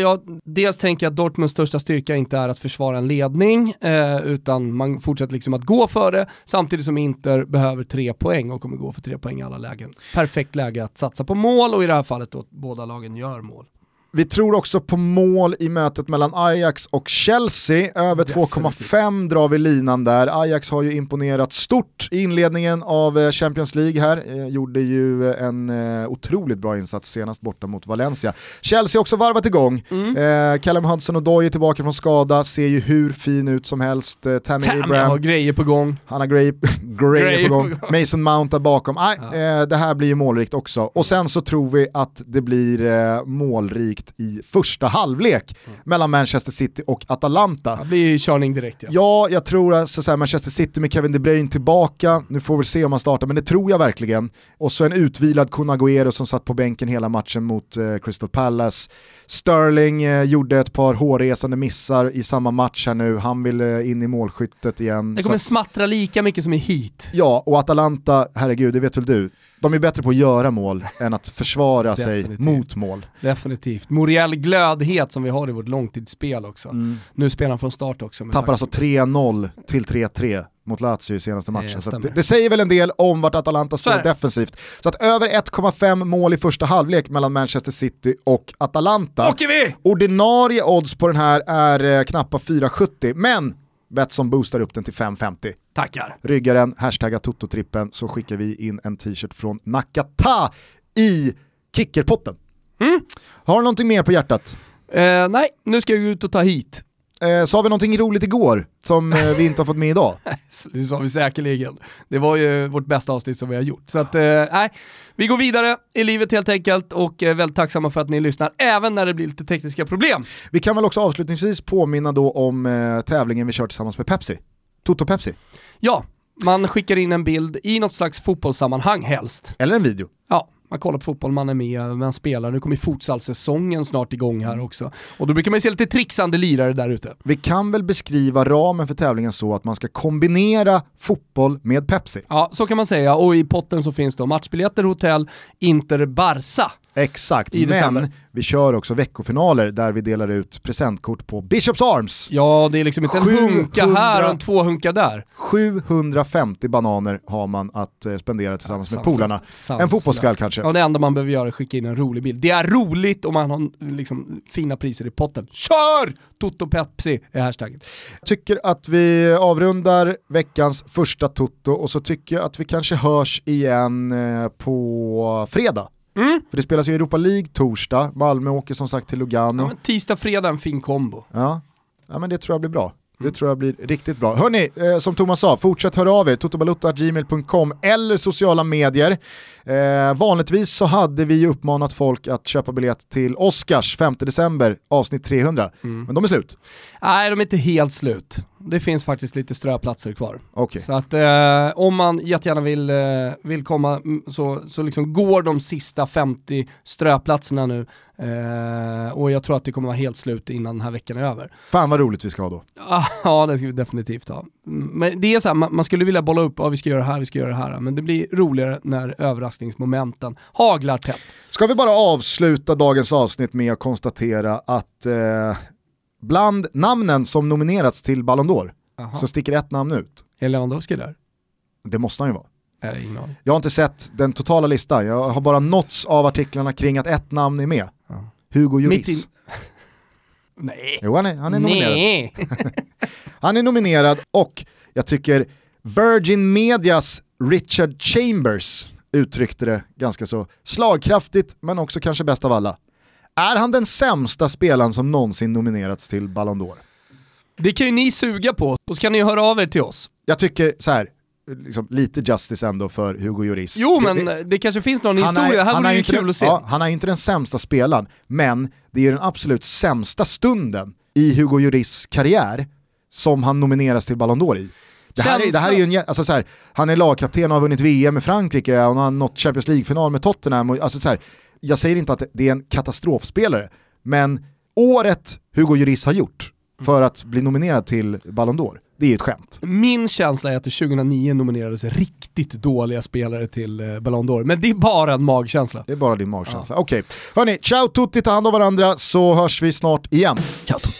Dels tänker jag att Dortmunds största styrka inte är att försvara en ledning utan man fortsätter liksom att gå för det samtidigt som Inter behöver 3 poäng och kommer gå för 3 poäng i alla lägen. Perfekt läge att satsa på mål och i det här fallet då båda lagen gör mål. Vi tror också på mål i mötet mellan Ajax och Chelsea. Över 2,5 drar vi linan där. Ajax har ju imponerat stort i inledningen av Champions League här. Gjorde ju en otroligt bra insats senast borta mot Valencia. Chelsea har också varvat igång. Callum Hudson-Odoi är tillbaka från skada. Ser ju hur fin ut som helst. Tammy Abraham har grejer på gång. Han har grejer på gång. Mason Mount är bakom. Det här blir ju målrikt också. Och sen så tror vi att det blir målrikt i första halvlek mellan Manchester City och Atalanta. Det blir ju körning direkt. Ja, jag tror att så Manchester City med Kevin De Bruyne tillbaka. Nu får vi se om han startar, men det tror jag verkligen. Och så en utvilad Kun Agüero som satt på bänken hela matchen mot Crystal Palace. Sterling gjorde ett par hårresande missar i samma match här nu. Han vill in i målskyttet igen. Det kommer smattra lika mycket som i hit. Ja, och Atalanta, herregud, det vet väl du. De är bättre på att göra mål än att försvara sig mot mål. Definitivt. Moriel glödhet som vi har i vårt långtidsspel också. Nu spelar han från start också. Tappar alltså 3-0 till 3-3 mot Lazio i senaste matchen. Så det säger väl en del om vart Atalanta står defensivt. Så att över 1,5 mål i första halvlek mellan Manchester City och Atalanta. Åker vi! Ordinarie odds på den här är knappa 4,70, men Betsson boostar upp den till 5,50. Tackar. Ryggaren, hashtagga Toto-trippen, så skickar vi in en t-shirt från Nakata i kickerpotten. Har du någonting mer på hjärtat? Nej, nu ska jag ut och ta hit. Sa vi någonting roligt igår som vi inte har fått med idag? Det sa vi säkerligen. Det var ju vårt bästa avsnitt som vi har gjort. Så att, nej, vi går vidare i livet helt enkelt och är väldigt tacksamma för att ni lyssnar även när det blir lite tekniska problem. Vi kan väl också avslutningsvis påminna då om tävlingen vi kör tillsammans med Pepsi. Toto Pepsi. Ja, man skickar in en bild i något slags fotbollssammanhang helst. Eller en video. Ja, man kollar på fotboll, man är med, man spelar. Nu kommer futsalsäsongen snart igång här också. Och då brukar man se lite trixande lirare där ute. Vi kan väl beskriva ramen för tävlingen så att man ska kombinera fotboll med Pepsi. Ja, så kan man säga. Och i potten så finns då matchbiljetter, hotell, Inter Barca. Exakt, men vi kör också veckofinaler där vi delar ut presentkort på Bishops Arms. Ja, det är liksom inte en hunka här och en 2 hunka där. 750 bananer har man att spendera tillsammans med polarna. En fotbollskväll kanske. Ja, det enda man behöver göra är skicka in en rolig bild. Det är roligt om man har liksom fina priser i potten. Kör! Toto Pepsi är hashtaggen. Tycker att vi avrundar veckans första Toto och så tycker jag att vi kanske hörs igen på fredag. För det spelas ju Europa League torsdag. Malmö åker som sagt till Lugano. Ja, tisdag, fredag en fin kombo. Ja, men det tror jag blir bra. Det tror jag blir riktigt bra. Hörrni, som Thomas sa, fortsätt höra av er. totobalutta@gmail.com eller sociala medier. Vanligtvis så hade vi uppmanat folk att köpa biljett till Oscars 5 december, avsnitt 300. Men de är slut. Nej, de är inte helt slut. Det finns faktiskt lite ströplatser kvar. Okay. Så att om man jättegärna vill komma så liksom går de sista 50 ströplatserna nu. Och jag tror att det kommer vara helt slut innan den här veckan är över. Fan vad roligt vi ska ha då. Ja, det ska vi definitivt ha. Men det är så här, man skulle vilja bolla upp, vi ska göra det här. Men det blir roligare när överraskningsmomenten haglar tätt. Ska vi bara avsluta dagens avsnitt med att konstatera att bland namnen som nominerats till Ballon d'Or så sticker ett namn ut. Är Lewandowski där? Det måste han ju vara. Ingen. Jag har inte sett den totala listan. Jag har bara nåtts av artiklarna kring att ett namn är med. Hugo Lloris. Nej. Jo, han är nominerad. Han är nominerad och jag tycker Virgin Medias Richard Chambers uttryckte det ganska så slagkraftigt, men också kanske bäst av alla. Är han den sämsta spelaren som någonsin nominerats till Ballon d'Or? Det kan ju ni suga på, och så kan ni höra av er till oss. Jag tycker så här, liksom, lite justice ändå för Hugo Lloris. Jo, men det kanske finns någon historia. Här vore det ju kul att se. Ja, han är inte den sämsta spelaren, men det är den absolut sämsta stunden i Hugo Lloris karriär som han nomineras till Ballon d'Or i. Det här är ju alltså så här, han är lagkapten och har vunnit VM med Frankrike och han har nått Champions League-final med Tottenham. Alltså så här, jag säger inte att det är en katastrofspelare, men året Hugo Lloris har gjort för att bli nominerad till Ballon d'Or, det är ett skämt. Min känsla är att 2009 nominerades riktigt dåliga spelare till Ballon d'Or, men det är bara en magkänsla. Det är bara din magkänsla. Okej. Hörni, ciao tutti, ta hand om varandra så hörs vi snart igen. Ciao tutti.